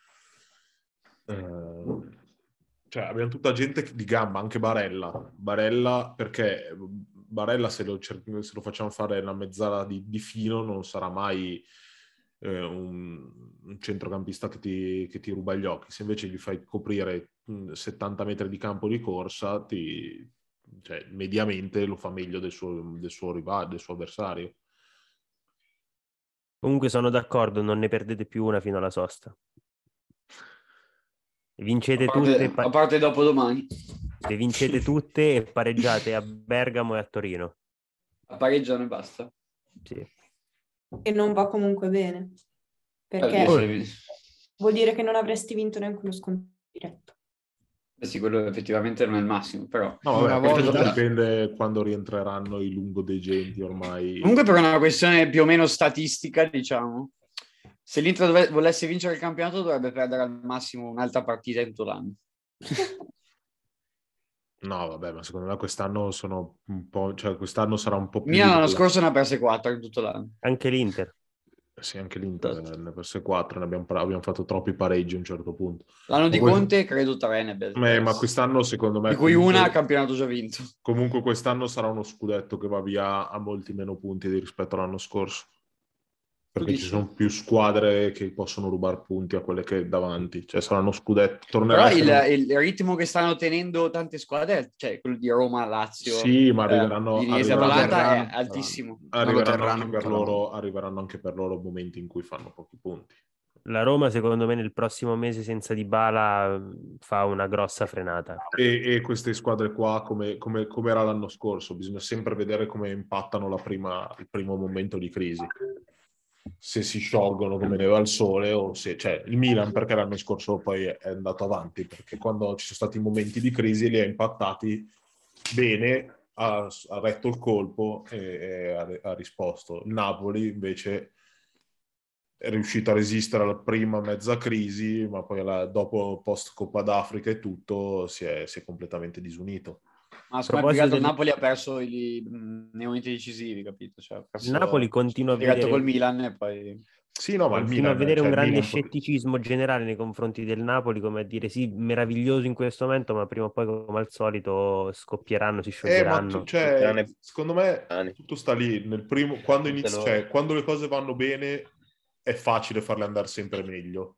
Cioè abbiamo tutta gente di gamba, anche Barella perché Barella se lo facciamo fare una mezzala di fino non sarà mai un centrocampista che ti ruba gli occhi. Se invece gli fai coprire 70 metri di campo di corsa, cioè, mediamente lo fa meglio del suo rivale, del suo avversario. Comunque sono d'accordo, non ne perdete più una fino alla sosta. Vincete tutte. A parte dopo domani. Le vincete tutte e pareggiate a Bergamo e a Torino. Pareggiano e basta. Sì. E non va comunque bene. Perché vuol dire che non avresti vinto neanche uno scontro diretto. Sì, quello effettivamente non è il massimo, però... No, vabbè, dipende quando rientreranno i lungodegenti ormai. Comunque per una questione più o meno statistica, diciamo, se l'Inter volesse vincere il campionato dovrebbe perdere al massimo un'altra partita in tutto l'anno. No, vabbè, ma secondo me quest'anno sono un po'... Cioè, quest'anno sarà un po' più... Milan l'anno scorso ne ha perse 4 in tutto l'anno. Anche l'Inter. Sì, anche l'Inter ne ha perse 4, abbiamo fatto troppi pareggi a un certo punto. L'anno di Conte credo 3 ne abbia perse. Ma quest'anno secondo me... Di cui una ha campionato già vinto. Comunque quest'anno sarà uno scudetto che va via a molti meno punti rispetto all'anno scorso. Perché ci sono più squadre che possono rubare punti a quelle che davanti. Cioè saranno scudetto. Però il ritmo che stanno tenendo tante squadre, cioè quello di Roma, Lazio, sì, ma arriveranno Atalanta è altissimo. Arriveranno anche per loro momenti in cui fanno pochi punti. La Roma secondo me nel prossimo mese senza Dybala fa una grossa frenata. E queste squadre qua come era l'anno scorso, bisogna sempre vedere come impattano il primo momento di crisi. Se si sciolgono come neve al sole o se, cioè il Milan perché l'anno scorso poi è andato avanti, perché quando ci sono stati momenti di crisi li ha impattati bene, ha retto il colpo e ha risposto. Il Napoli invece è riuscito a resistere alla prima mezza crisi, ma poi dopo post Coppa d'Africa e tutto si è completamente disunito. Ma secondo me il Napoli ha perso nei momenti decisivi, capito? Cioè, il Napoli continua a vedere col Milan e poi... Sì, no, ma il Milan, a vedere un grande scetticismo generale nei confronti del Napoli, come a dire sì, meraviglioso in questo momento, ma prima o poi come al solito scoppieranno, si scioglieranno. Secondo me tutto sta lì, quando le cose vanno bene è facile farle andare sempre meglio.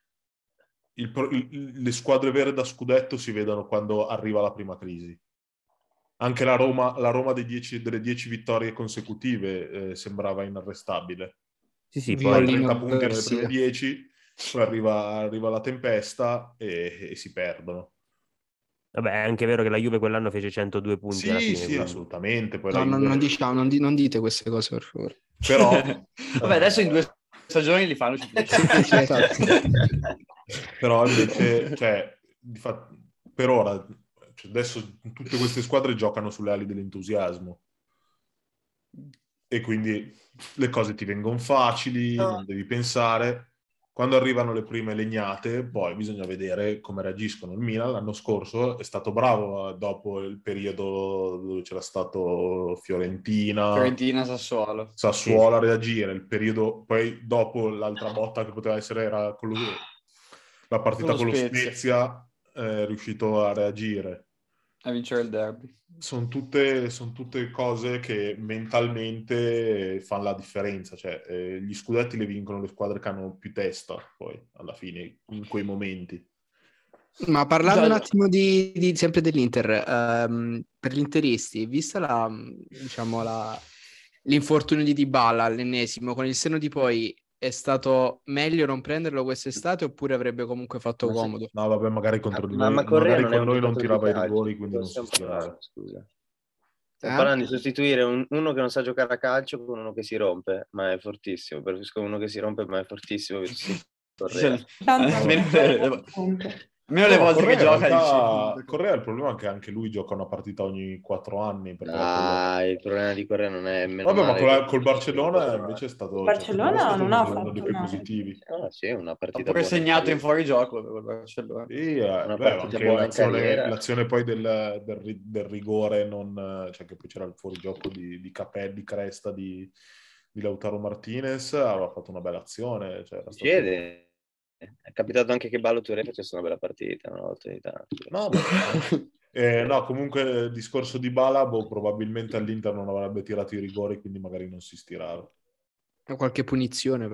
Le squadre vere da scudetto si vedono quando arriva la prima crisi. Anche la Roma delle 10 vittorie consecutive sembrava inarrestabile. Sì, poi 30 punti nelle prime 10, poi arriva la tempesta e si perdono. Vabbè, è anche vero che la Juve quell'anno fece 102 punti alla fine. Sì, quindi... assolutamente. Poi non dite queste cose, per favore. Però... Vabbè, adesso in 2 stagioni li fanno. Però invece, cioè, per ora... Adesso tutte queste squadre giocano sulle ali dell'entusiasmo e quindi le cose ti vengono facili, non devi pensare. Quando arrivano le prime legnate poi bisogna vedere come reagiscono. Il Milan l'anno scorso è stato bravo dopo il periodo dove c'era stato Fiorentina, Sassuolo a reagire, il periodo poi dopo l'altra botta che poteva essere era la partita con lo Spezia, è riuscito a reagire, a vincere il derby. Sono tutte cose che mentalmente fanno la differenza, cioè gli scudetti li vincono le squadre che hanno più testa poi alla fine in quei momenti. Ma parlando un attimo di sempre dell'Inter, per gli interisti, vista l'infortunio di Dybala all'ennesimo, con il senno di poi, è stato meglio non prenderlo quest'estate oppure avrebbe comunque fatto comodo? No, vabbè, magari contro di noi, magari con noi non tirava i rigori, quindi non si stirava. Scusa. Stiamo parlando di sostituire uno che non sa giocare a calcio con uno che si rompe, ma è fortissimo. Preferisco uno che si rompe, ma è fortissimo. Almeno le volte che gioca Correa, il problema è che anche lui gioca una partita ogni 4 anni. Il problema di Correa non è meno vabbè, ma col Barcellona invece è stato... Barcellona non ha fatto dei positivi. Sì, una partita ha pure segnato in fuorigioco col Barcellona. Sì, anche l'azione poi del rigore, cioè che poi c'era il fuorigioco di Capelli, Cresta, di Lautaro Martinez, aveva fatto una bella azione. Cioè, è capitato anche che Ballo-Touré facesse una bella partita una volta di tanto. No, comunque il discorso di Bala, probabilmente all'Inter non avrebbe tirato i rigori, quindi magari non si stirava. Qualche punizione però.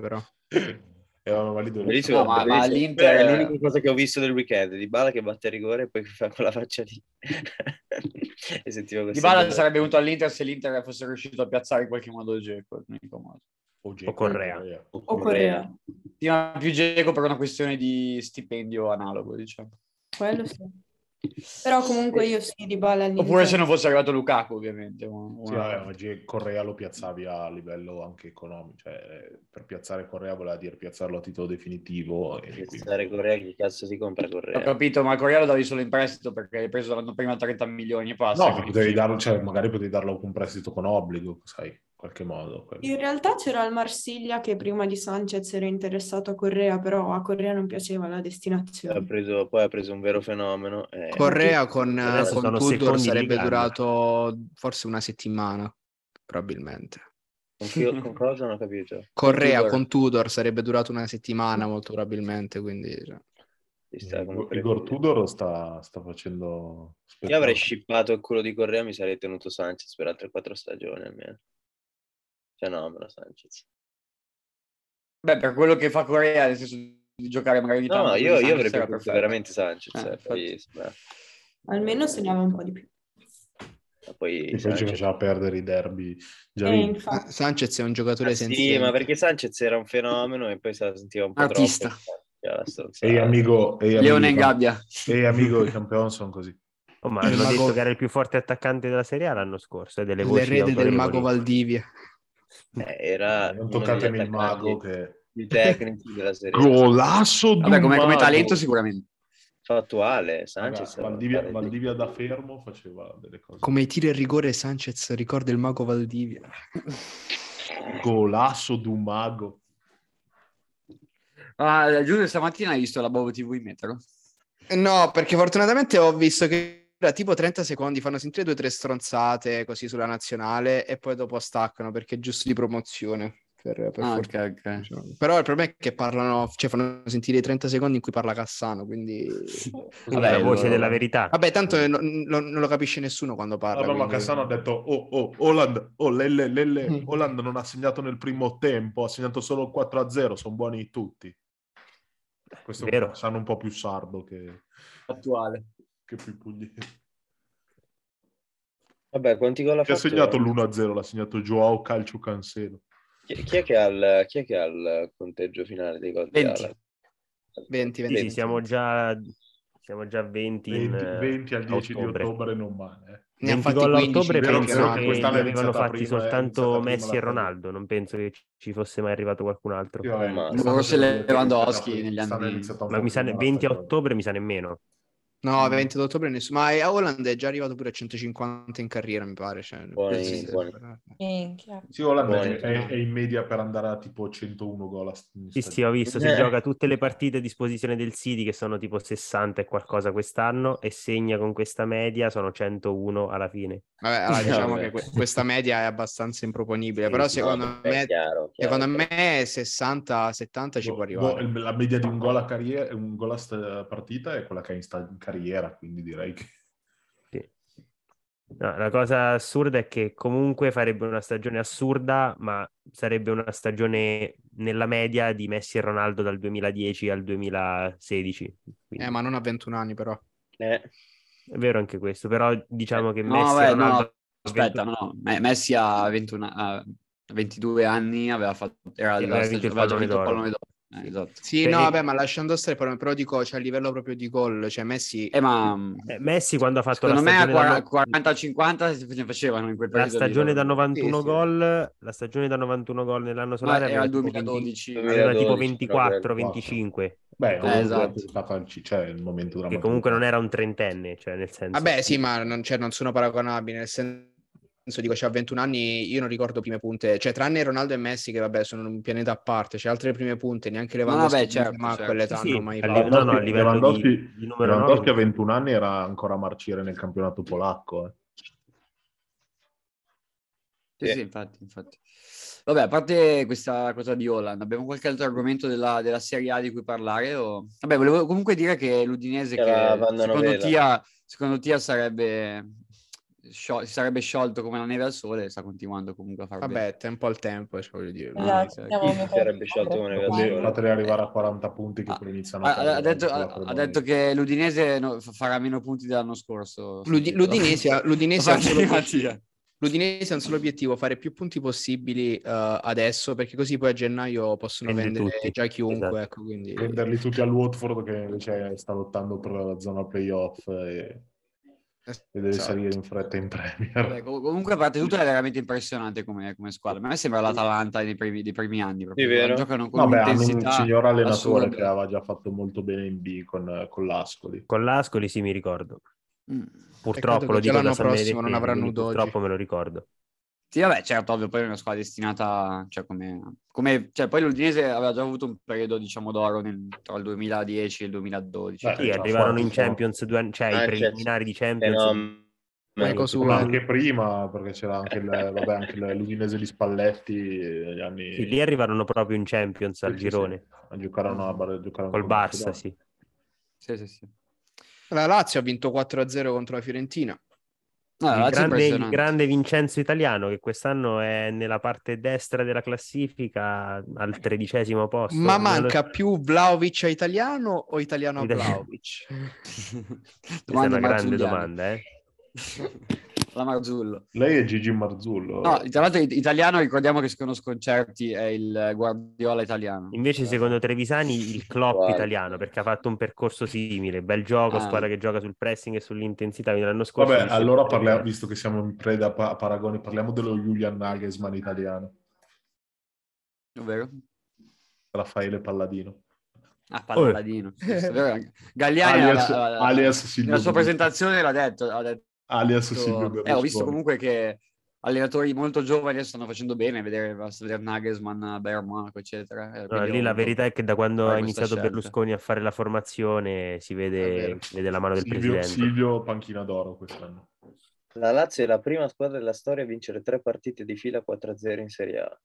Bellissimo, ma l'Inter è l'unica cosa che ho visto del weekend, Dybala che batte a rigore e poi fa quella faccia lì e sentivo Dybala sarebbe venuto all'Inter se l'Inter fosse riuscito a piazzare in qualche modo Dzeko, l'unico modo. O Correa. Prima più Dzeko per una questione di stipendio analogo, diciamo. Quello sì. Però comunque io sì, Dybala all'Inter. Oppure se non fosse arrivato Lukaku, ovviamente. Oggi Correa lo piazzavi a livello anche economico, cioè per piazzare Correa voleva dire piazzarlo a titolo definitivo. Piazzare Correa, chi cazzo si compra Correa? Ho capito, ma Correa lo davi solo in prestito perché hai preso l'anno prima 30 milioni e passa. No, potevi darlo, cioè, magari potevi darlo con un prestito con obbligo, sai, in qualche modo. In realtà c'era il Marsiglia che prima di Sanchez era interessato a Correa, però a Correa non piaceva la destinazione. Poi ha preso un vero fenomeno. Correa con Tudor sarebbe ligando. durato forse una settimana, probabilmente. Con cosa non ho capito? Correa con Tudor sarebbe durato una settimana molto probabilmente, quindi... Igor Tudor sta facendo spettacolo. Io avrei shippato il culo di Correa, mi sarei tenuto Sanchez per altre 4 stagioni almeno. Fenomeno Sanchez. Beh, per quello che fa Correa, nel senso di giocare magari di tanto. No, io avrei preferito veramente Sanchez. Almeno segnava un po' di più. Poi ci faceva perdere i derby. Sanchez è un giocatore senziente. Sì, ma perché Sanchez era un fenomeno e poi se la sentiva un po' artista. Troppo. Leone in gabbia. Amico, i campioni sono così. Ma hanno detto che era il più forte attaccante della Serie A l'anno scorso, delle voci l'erede del mago Valdivia. Era non toccatemi il mago che più tecnici della Serie A. Golasso vabbè, come talento sicuramente. Fattuale, Sanchez. Valdivia da fermo faceva delle cose. Come tiro e rigore Sanchez ricorda il mago Valdivia. Golasso d'un mago. Giulio, stamattina hai visto la Bovo TV in metro? No, perché fortunatamente ho visto che era tipo 30 secondi, fanno sentire 2 o 3 stronzate così sulla nazionale e poi dopo staccano perché è giusto di promozione. Okay. Però il problema è che parlano, cioè fanno sentire i 30 secondi in cui parla Cassano, quindi vabbè, la voce della verità. Vabbè, tanto non lo capisce nessuno quando parla. Vabbè, ma Cassano ha detto Holland, Holland non ha segnato nel primo tempo, ha segnato solo 4-0, sono buoni tutti. Questo è un Cassano un po' più sardo che attuale, che più pugliese. Vabbè, quanti gol ha fatto? Chi ha segnato l'1-0? L'ha segnato Joao Calcio Cancelo. Chi è che ha il conteggio finale dei gol? 20. Sì, siamo già 20 al 10 ottobre. di ottobre, non male. Ne 20 ha gol a 15, ottobre, penso che quest'anno ne avevano fatti prima, soltanto Messi e Ronaldo, non penso che ci fosse mai arrivato qualcun altro. Forse Lewandowski negli anni. Ma mi sa 20 a ottobre mi sa nemmeno. No, 20 ottobre nessuno. Ma a Holland è già arrivato pure a 150 in carriera, mi pare. Cioè, buoni. Sì, Holland è in media per andare a tipo 101 gol. Sì, ho visto, si gioca tutte le partite a disposizione del City, che sono tipo 60 e qualcosa quest'anno, e segna con questa media, sono 101 alla fine. Vabbè, allora diciamo che questa media è abbastanza improponibile, però secondo me 60-70 ci può arrivare. La media di un gol a carriera, un gol a partita è quella che è in carriera, quindi direi che... Sì. No, la cosa assurda è che comunque farebbe una stagione assurda, ma sarebbe una stagione nella media di Messi e Ronaldo dal 2010 al 2016. Quindi... ma non a 21 anni però. È vero anche questo, però diciamo che Messi e Ronaldo... Messi a 22 anni aveva fatto... Era aveva vinto il pallone d'oro. Esatto. Sì, no, vabbè, ma lasciando stare, però dico, cioè, a livello proprio di gol, cioè Messi... Messi quando ha fatto secondo la stagione... me a 40-50 ne facevano in quel periodo. La stagione da 91 gol, la stagione da 91 gol nell'anno solare era il 2012. Aveva tipo 24-25. Beh, esatto. Cioè, il momento che comunque non era un trentenne, cioè nel senso... Vabbè, sì, ma non sono paragonabili, nel senso dico, c'ha 21 anni, io non ricordo prime punte, cioè tranne Ronaldo e Messi che vabbè sono un pianeta a parte, c'è altre prime punte, neanche Lewandowski, ma a quell'età non mai fatto. No, a livello di numero Lewandowski a 21 anni era ancora a marcire nel campionato polacco. Sì, infatti. Vabbè, a parte questa cosa di Holland, abbiamo qualche altro argomento della Serie A di cui parlare? Vabbè, volevo comunque dire che l'Udinese, che secondo Tia sarebbe si sarebbe sciolto come la neve al sole, sta continuando comunque a far bene. Vabbè, tempo al tempo, voglio dire. Esatto, sarebbe sciolto come neve al sole. Fateli arrivare a 40 punti che poi iniziano a ha detto che l'Udinese farà meno punti dell'anno scorso. L'Udinese ha un solo obiettivo, fare più punti possibili adesso, perché così poi a gennaio possono vendere tutti. già chiunque. Esatto. Ecco, quindi... Venderli tutti al Watford che invece sta lottando per la zona playoff e deve salire in fretta in Premier. Beh, comunque a parte tutto è veramente impressionante come squadra. A me sembra l'Atalanta dei primi anni. Proprio. Vero. Giocano con Vabbè, hanno un'intensità un signor allenatore assurda. che aveva già fatto molto bene in B con l'Ascoli. Con l'Ascoli sì, mi ricordo. Purtroppo Peccato lo che già dico da l'anno San prossimo non Benedettese, avranno quindi purtroppo me lo ricordo. Sì, vabbè, certo, ovvio, poi è una squadra destinata, cioè cioè poi l'Udinese aveva già avuto un periodo, diciamo, d'oro tra il 2010 e il 2012. Sì, arrivarono in Champions 2 anni, cioè i preliminari di Champions. Anche prima, perché c'era anche l'Udinese di Spalletti negli anni... Sì, lì arrivarono proprio in Champions al girone. Sì. Giocarono col Barça, sì. Sì. La Lazio ha vinto 4-0 contro la Fiorentina. Il grande Vincenzo Italiano, che quest'anno è nella parte destra della classifica al 13° posto. Ma manca più Vlahovic a Italiano o Italiano a Vlahovic? Questa è una grande domanda, La Marzullo. Lei è Gigi Marzullo. No, tra l'altro italiano, ricordiamo che secondo Sconcerti è il Guardiola italiano. Invece secondo Trevisani il Klopp italiano, perché ha fatto un percorso simile, bel gioco, squadra che gioca sul pressing e sull'intensità. L'anno scorso vabbè, allora parliamo, visto che siamo in preda a paragoni, parliamo dello Julian Nagelsmann italiano. Ovvero? Raffaele Palladino. Palladino. Galliani alias nella sua presentazione l'ha detto alias Silvio Berlusconi. Ho visto comunque che allenatori molto giovani adesso stanno facendo bene, vedere Nagelsmann, Bayern Monaco, eccetera. Lì la verità è che da quando ha iniziato Berlusconi a fare la formazione si vede la mano del presidente. Silvio panchina d'oro quest'anno. La Lazio è la prima squadra della storia a vincere 3 partite di fila 4-0 in Serie A.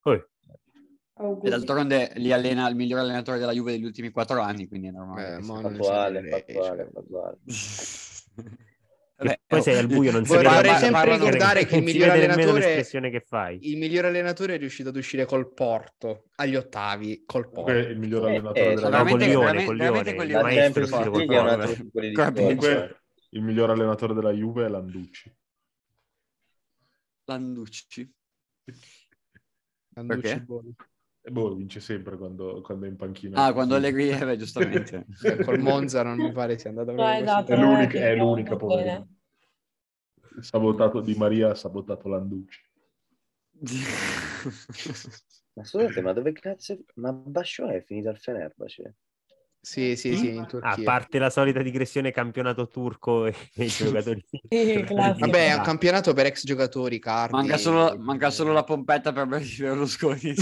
E d'altronde li allena il miglior allenatore della Juve degli ultimi 4 anni, quindi è normale. Fattuale. Poi sei al buio, non si vede. Vorrei sempre ricordare che il miglior allenatore è riuscito ad uscire col Porto agli ottavi. Col Porto. Il miglior allenatore della Juve. Con Lione, il maestro è uscito col Porto. Comunque il miglior allenatore della Juve è Landucci. Perché? Vince sempre quando è in panchina. Quando Allegri giustamente. Col Monza non mi pare sia andato esatto, è l'unica poverina. Sabotato Di Maria, ha sabotato Landucci. Ma scusate, ma dove cazzo... Ma Batshuayi è finito al Fenerbahce? Sì, in Turchia. A parte la solita digressione campionato turco e i giocatori. Vabbè, è un campionato per ex giocatori, Cardi. Manca solo la pompetta per Berlusconi.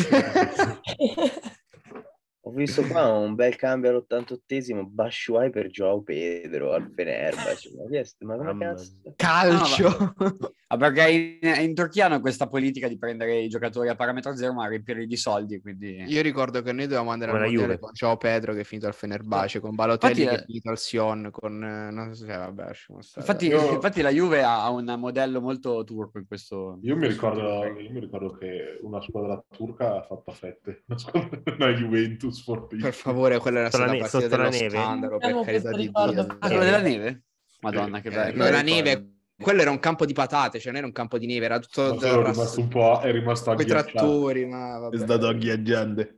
Ho visto qua un bel cambio all'88esimo, Batshuayi per João Pedro al Fenerbahce. Ma come cazzo? Calcio! Perché in Turchia hanno questa politica di prendere i giocatori a parametro zero ma riempirli di soldi, quindi... Io ricordo che noi dovevamo andare al mondiale con João Pedro che è finito al Fenerbahce, con Balotelli che è finito al Sion, con... non so se vabbè, infatti la Juve ha un modello molto turco in questo... Io mi ricordo che una squadra turca ha fatto a fette, una Juventus. Per favore, quella era stata la partita dello scandalo, per carità di Dio. Quella della neve? Madonna, che bello. La neve, quello era un campo di patate, cioè non era un campo di neve, era tutto è rimasto con i trattori, ma vabbè. È stato agghiacciante.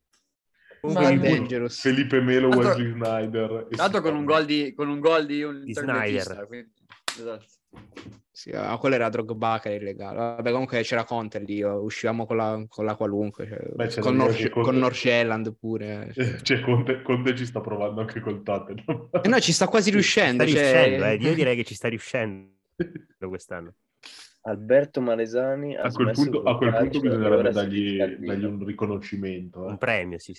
Felipe Melo, Wesley Sneijder. Tanto con un gol di un Sneijder. Esatto. Sì, quello era Drogba che era illegale. Vabbè, comunque c'era Conte lì, uscivamo con la qualunque, con Nordsjælland pure. Cioè, Conte ci sta provando anche col Tottenham. No, ci sta quasi riuscendo. Io direi che ci sta riuscendo quest'anno. Alberto Malesani a quel punto bisognerebbe dargli un riconoscimento. Un premio, sì.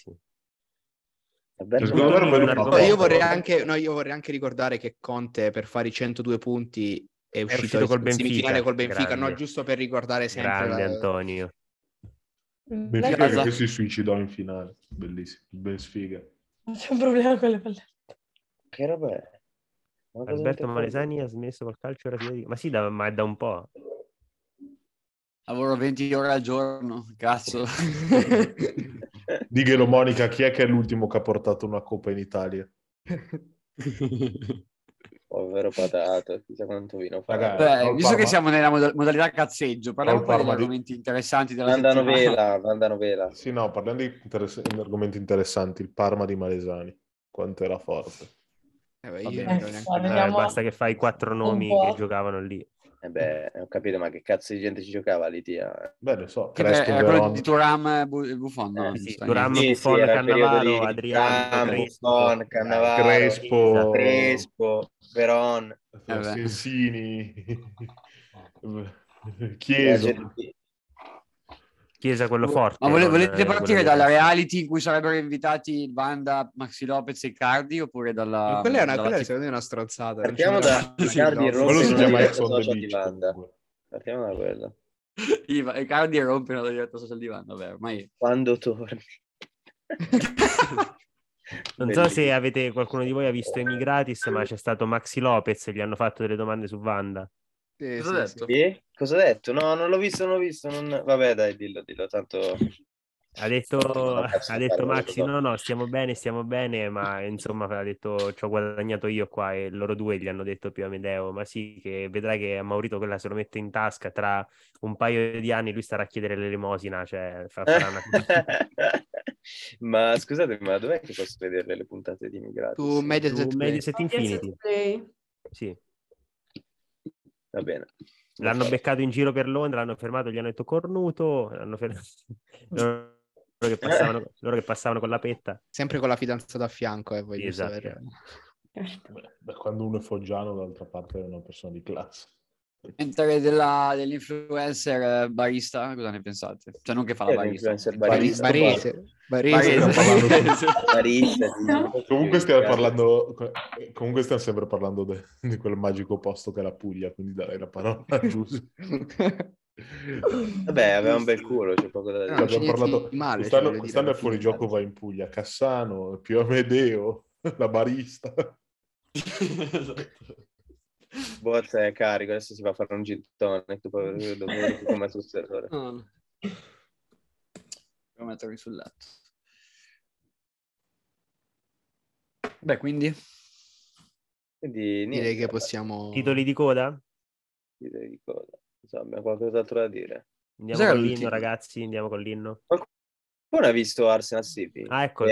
Io vorrei anche ricordare che Conte per fare i 102 punti è uscito col Benfica, col Benfica, no, giusto per ricordare sempre. Grande Antonio. Benfica che si suicidò in finale, bellissimo, ben sfiga. Non c'è un problema con le pallette. Che roba è? Alberto Malesani ha smesso col calcio, ora ma sì, ma è da un po'. Lavoro 20 ore al giorno, cazzo. Diglielo Monica, chi è che è l'ultimo che ha portato una coppa in Italia? Povero Patato, chissà quanto vino fa. Beh, visto che siamo nella modalità cazzeggio, parliamo poi degli argomenti interessanti della settimana. Mandano vela. Sì, no, parliamo di argomenti interessanti. Il Parma di Malesani, quanto era forte. Basta che fai 4 nomi che giocavano lì. Ho capito, ma che cazzo di gente ci giocava lì, tia? Beh, ne so, Crespo, era quello di Thuram e Buffon, no? Sì, Thuram, Buffon, Cannavaro, Adriano, Crespo, Veron, Sensini, Chiesa, quello forte. Ma volete partire dalla reality in cui sarebbero invitati Wanda, Maxi Lopez e Icardi, oppure dalla... Quella secondo me è una stronzata. Partiamo da Icardi e quello si chiama Ex on the social di Beach. Wanda. Partiamo da quello. Icardi e rompe la diretta social di Wanda, vabbè, ormai... Quando torni. Non so se qualcuno di voi ha visto Emigratis, ma c'è stato Maxi Lopez e gli hanno fatto delle domande su Wanda. Cosa ha detto? Sì? Cosa ha detto? No, non l'ho visto. Vabbè, dai, dillo, tanto... Ha detto Maxi, no, stiamo bene, ma insomma ha detto ci ho guadagnato io qua, e loro due gli hanno detto più Amedeo, ma sì, che vedrai che a Maurito quella se lo mette in tasca, tra un paio di anni lui starà a chiedere l'elemosina, cioè farà una... Ma scusate, ma dov'è che posso vedere le puntate di Immigrati? Su Mediaset Infinity. Sì. Va bene. L'hanno beccato in giro per Londra, l'hanno fermato, gli hanno detto cornuto, loro che passavano con la petta. Sempre con la fidanzata a fianco, voglio esatto. sapere. Beh, quando uno è foggiano, d'altra parte è una persona di classe. Mentre dell'influencer barista, cosa ne pensate? Cioè non che fa la barista. Barista. Comunque stiamo sempre parlando di quel magico posto che è la Puglia, quindi darei la parola a Giuse. Vabbè, aveva un bel culo, c'è poco da dire. Abbiamo parlato male, quest'anno è fuori gioco, va in Puglia, Cassano, Pio Amedeo, la barista. Bozza è carico, adesso si va a fare un gin tonic dopo come sul server. No. Devo mettermi sul letto. Beh, quindi direi che possiamo... Titoli di coda? Titoli di coda. Insomma, abbiamo qualcos'altro da dire. Andiamo con l'inno, ragazzi, andiamo con l'inno. Qualcuno ha visto Arsenal City? Ecco,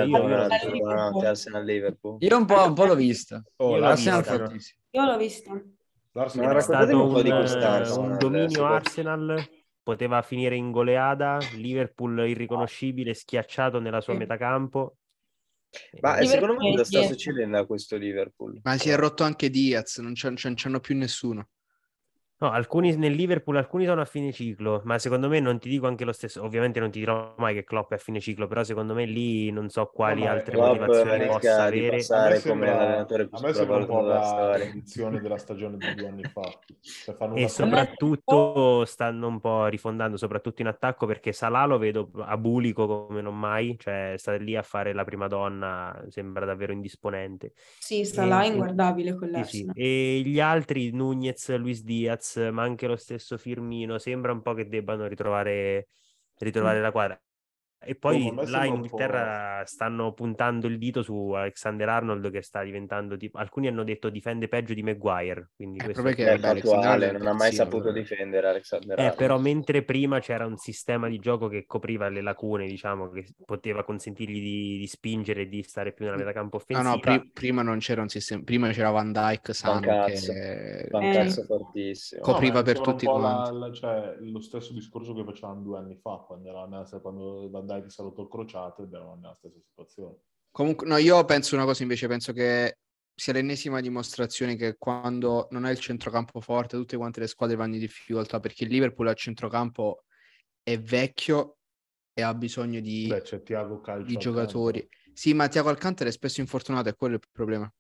Arsenal Liverpool. Io un po' l'ho vista. L'Arsenal fortissimo. Io l'ho vista. È stato un dominio Arsenal, poteva finire in goleada, Liverpool irriconoscibile, schiacciato nella sua metacampo. Ma secondo me cosa sta succedendo a questo Liverpool? Ma si è rotto anche Diaz, non c'hanno più nessuno. No, alcuni nel Liverpool, alcuni sono a fine ciclo, ma secondo me non ti dico anche lo stesso, ovviamente non ti dirò mai che Klopp è a fine ciclo, però secondo me lì non so quali altre motivazioni possa avere. A me sembra un po' la edizione della stagione di 2 anni fa. E soprattutto stanno un po' rifondando, soprattutto in attacco, perché Salah lo vedo abulico come non mai, cioè sta lì a fare la prima donna, sembra davvero indisponente. Sì, Salah è inguardabile con l'Arsenal. Sì. E gli altri, Nunez, Luis Diaz, ma anche lo stesso Firmino, sembra un po' che debbano ritrovare la quadra. E poi là in Inghilterra stanno puntando il dito su Alexander-Arnold, che sta diventando tipo, alcuni hanno detto difende peggio di Maguire, quindi questo è fattuale, non ha mai saputo difendere Alexander-Arnold. Però mentre prima c'era un sistema di gioco che copriva le lacune, diciamo, che poteva consentirgli di spingere e di stare più nella metacampo offensiva. Prima non c'era un sistema, prima c'era Van Dijk sano che fortissimo, copriva per tutti quanti. Cioè, lo stesso discorso che facevamo 2 anni fa, quando Van Dijk si è rotto il crociato, ed eravamo nella stessa situazione. Comunque, no, io penso una cosa invece, penso che sia l'ennesima dimostrazione che quando non hai il centrocampo forte, tutte quante le squadre vanno in difficoltà, perché il Liverpool al centrocampo è vecchio e ha bisogno di giocatori. Sì, ma Thiago Alcantara è spesso infortunato, è quello il problema.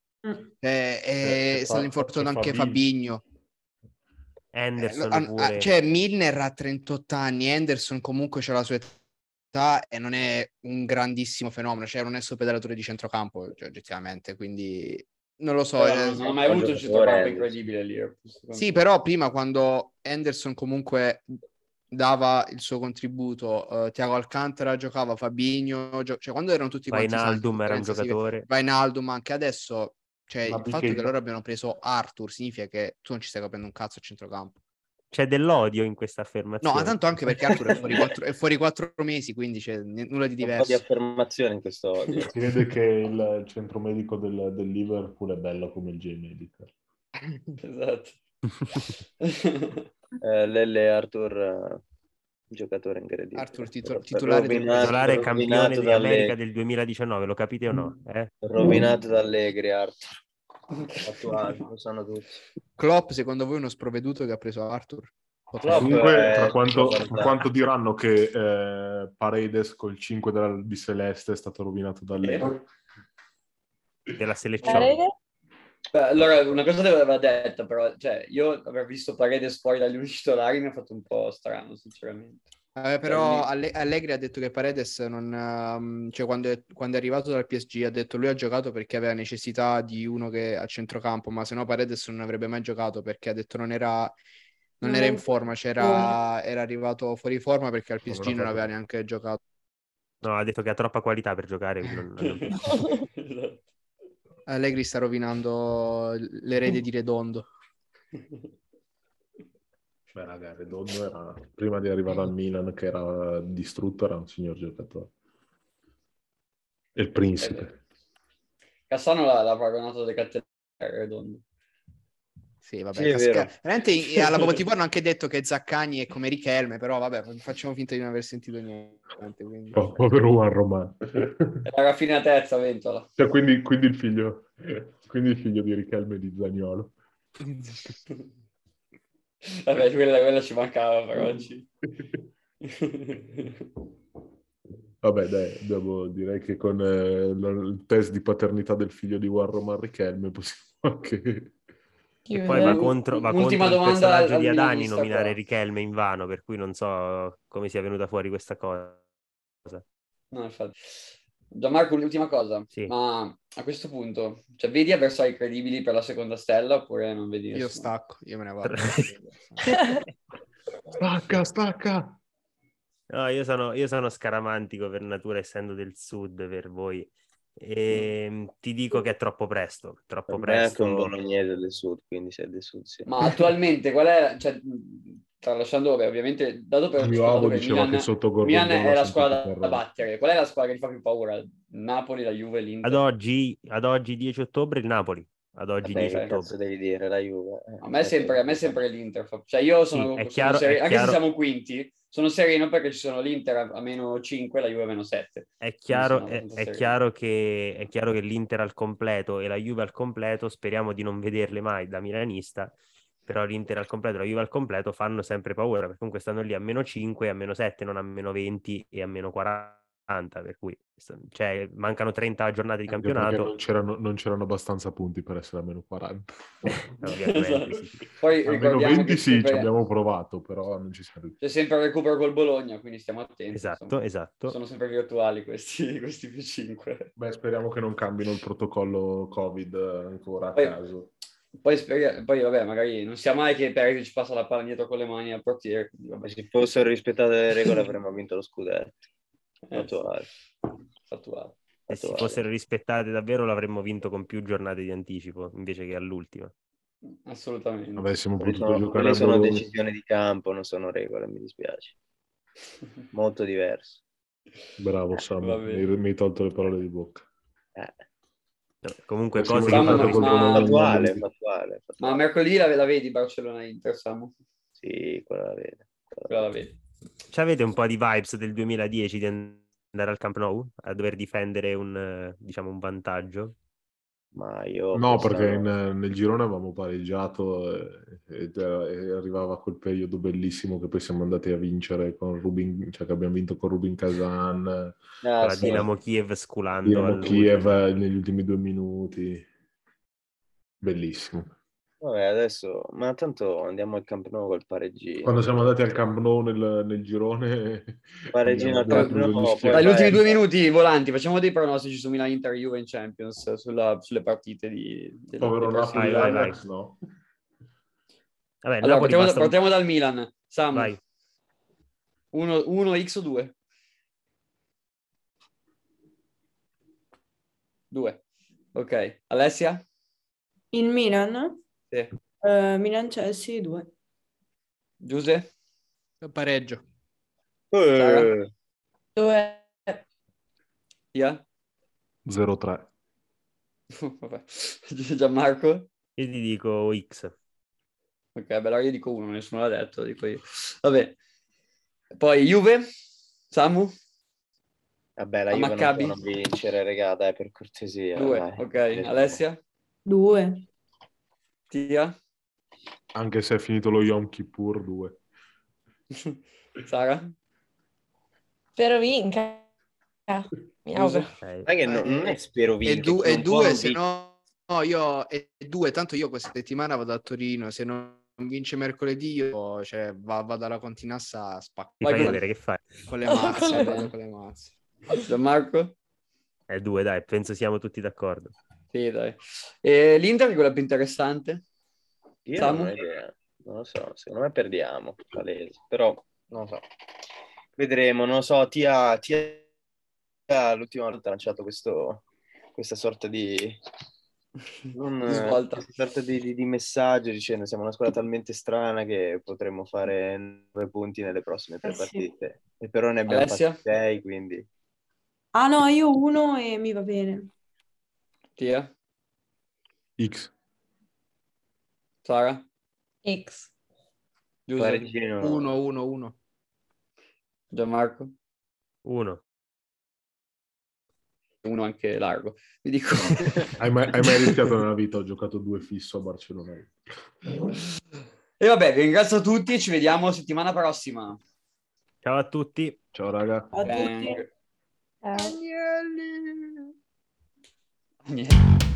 È stato infortunato anche Fabinho. Henderson pure. Cioè Milner ha 38 anni, Henderson comunque c'ha la sua età e non è un grandissimo fenomeno, cioè non è suo pedalatore di centrocampo, cioè, oggettivamente, quindi Non lo so. Non ho mai avuto un centrocampo incredibile lì. Sì, però prima quando Henderson comunque dava il suo contributo, Thiago Alcantara giocava, Fabinho, cioè quando erano tutti quanti Wijnaldum era un giocatore. Wijnaldum anche adesso, cioè Ma il fatto che loro abbiano preso Arthur significa che tu non ci stai capendo un cazzo a centrocampo. C'è dell'odio in questa No, affermazione. ma tanto anche perché Arthur è fuori 4 mesi, quindi c'è nulla di diverso. Un po' di affermazione in questo odio. Si vede che il centro medico del Liverpool è bello come il J-Medical. Esatto. Lelle Arthur, giocatore incredibile. Arthur titolare campione di America del 2019, lo capite o no? Rovinato da Allegri, Arthur. Attuale, lo sanno tutti. Klopp, secondo voi è uno sprovveduto che ha preso Arthur? Comunque, tra quanto diranno che Paredes col 5 dell'Albiceleste è stato rovinato da Allegri? Della selezione. Beh, allora, una cosa aveva detta, però, cioè, io aver visto Paredes fuori dagli 11 titolari mi ha fatto un po' strano, sinceramente. Però Allegri ha detto che Paredes non, cioè quando è arrivato dal PSG ha detto lui ha giocato perché aveva necessità di uno che a centrocampo, ma se no Paredes non avrebbe mai giocato perché ha detto non era in forma, era arrivato fuori forma perché al PSG non aveva neanche giocato. No, ha detto che ha troppa qualità per giocare. Esatto. Allegri sta rovinando l'erede di Redondo. Beh, raga, Redondo era, prima di arrivare al Milan, che era distrutto, era un signor giocatore. E il principe. Cassano l'ha paragonato De Cattelere Redondo. Sì, vabbè. Sì, veramente alla Bobotipo hanno anche detto che Zaccagni è come Richelme, però vabbè, facciamo finta di non aver sentito niente. Quindi. Povero Juan Román. È la raffinatezza, Ventola. Cioè, quindi il figlio di Richelme e di Zaniolo. Vabbè, quella ci mancava per oggi. Vabbè, dai, direi che con il test di paternità del figlio di Juan Román Richelme possiamo anche... E poi va contro il personaggio di Adani nominare qua. Richelme in vano, per cui non so come sia venuta fuori questa cosa. No, infatti. Gianmarco, l'ultima cosa. Sì. Ma a questo punto, cioè, vedi avversari credibili per la seconda stella oppure non vedi nessuno? Io stacco, io me ne vado. Stacca! No, io sono scaramantico per natura, essendo del sud per voi. E ti dico che è troppo presto. Troppo presto. È un bolognese del sud, quindi sei del sud, sì. Ma attualmente qual è? Cioè, tralasciando, ovviamente, dato per mio avo diceva Milan, che sotto Milan è la squadra da battere. Qual è la squadra che ti fa più paura? Napoli, la Juve, l'Inter? Ad oggi 10 ottobre il Napoli. Ad oggi 10 che ottobre. cazzo devi dire, la Juve? A me è sempre l'Inter. Cioè io sono, è chiaro, sereno, anche se siamo quinti, sono sereno perché ci sono l'Inter a meno 5 e la Juve a meno 7. È chiaro che l'Inter al completo e la Juve al completo, speriamo di non vederle mai da milanista, però l'Inter al completo e la Juve al completo fanno sempre paura, perché comunque stanno lì a meno 5, a meno 7, non a meno 20 e a meno 40, per cui cioè, mancano 30 giornate di campionato. Non c'erano abbastanza punti per essere a meno 40. Ovviamente, sì. Poi a meno 20 sì, ci abbiamo provato, però non ci siamo riusciti. C'è sempre il recupero col Bologna, quindi stiamo attenti. Esatto. Sono sempre virtuali questi più 5. Beh, speriamo che non cambino il protocollo Covid ancora a caso. Poi vabbè, magari non sia mai che Perez ci passa la palla dietro con le mani al portiere. Vabbè, se fossero rispettate le regole avremmo vinto lo scudetto. Fattuale. Se si fossero rispettate davvero l'avremmo vinto con più giornate di anticipo invece che all'ultima. Assolutamente. Avessimo potuto giocare sono decisioni di campo, non sono regole, mi dispiace. Molto diverso. Bravo Samu, mi hai tolto le parole di bocca. Comunque fattuale. Ma mercoledì la vedi Barcellona-Inter, Samu? Sì, quella la vedi. C'avete un po' di vibes del 2010 di andare al Camp Nou a dover difendere un vantaggio? Ma io no, perché nel girone avevamo pareggiato e arrivava quel periodo bellissimo che poi siamo andati a vincere con Rubin, cioè che abbiamo vinto con Rubin Kazan, la Dinamo Kiev sculando Dinamo Kiev negli ultimi 2 minuti, bellissimo. Vabbè, adesso, ma tanto andiamo al Camp Nou col pareggino. Quando siamo andati al Camp Nou nel girone, Pareggino al abbiamo Camp preso gli Nou, schiaffi. poi Dai, gli ultimi 2 vai. minuti volanti, facciamo dei pronostici su Milan, Inter, Juve in Champions, sulle partite Povero Napoli, vai. Ajax, no? Vabbè, Allora, Napoli partiamo dal Milan. Samu, Vai. 1 X o 2? 2. Ok. Alessia? Il Milan? Sì. Milan-Chelsea 2. Giuseppe? Pareggio. Sara? 2. Tia? 0-3. Vabbè. Gianmarco? Io ti dico X. Ok, beh, allora io dico 1, nessuno l'ha detto, dico io. Vabbè. Poi Juve? Samu? Vabbè, la A Juve Maccabi? non può non vincere, regà, dai, per cortesia. 2, dai. ok. Alessia? 2. Tia? Anche se è finito lo Yom Kippur, 2. Sara? Spero vinca. Mi auguro. Okay. Sai che non è spero vinca. E 2, se no, io e 2, tanto io questa settimana vado a Torino, se non vince mercoledì io vado alla Continassa a spaccare. Ti fai vedere che fai. Con le mazze, Con vado con le mazze. Gianmarco? 2, dai, penso siamo tutti d'accordo. Sì, dai. E l'Inter è quella più interessante? Io Samu? non ho idea, non lo so, secondo me perdiamo, palese, però non lo so. Vedremo, non lo so, Tia l'ultima volta ha lanciato questa sorta di svolta. questa sorta di messaggio dicendo siamo una squadra talmente strana che potremmo fare 9 punti nelle prossime 3 Sì. partite e però ne abbiamo Alessia? fatti 6, quindi Ah no, io 1 e mi va bene. Tia? X. Sara? X. Giuseppe? pareggino 1-1-1. Gianmarco? 1. 1 anche largo. Vi dico... Hai mai rischiato nella vita? Ho giocato 2 fisso a Barcellona. E vabbè, vi ringrazio tutti e ci vediamo settimana prossima. Ciao a tutti. Ciao raga. A tutti. Bang. Ciao. Niente.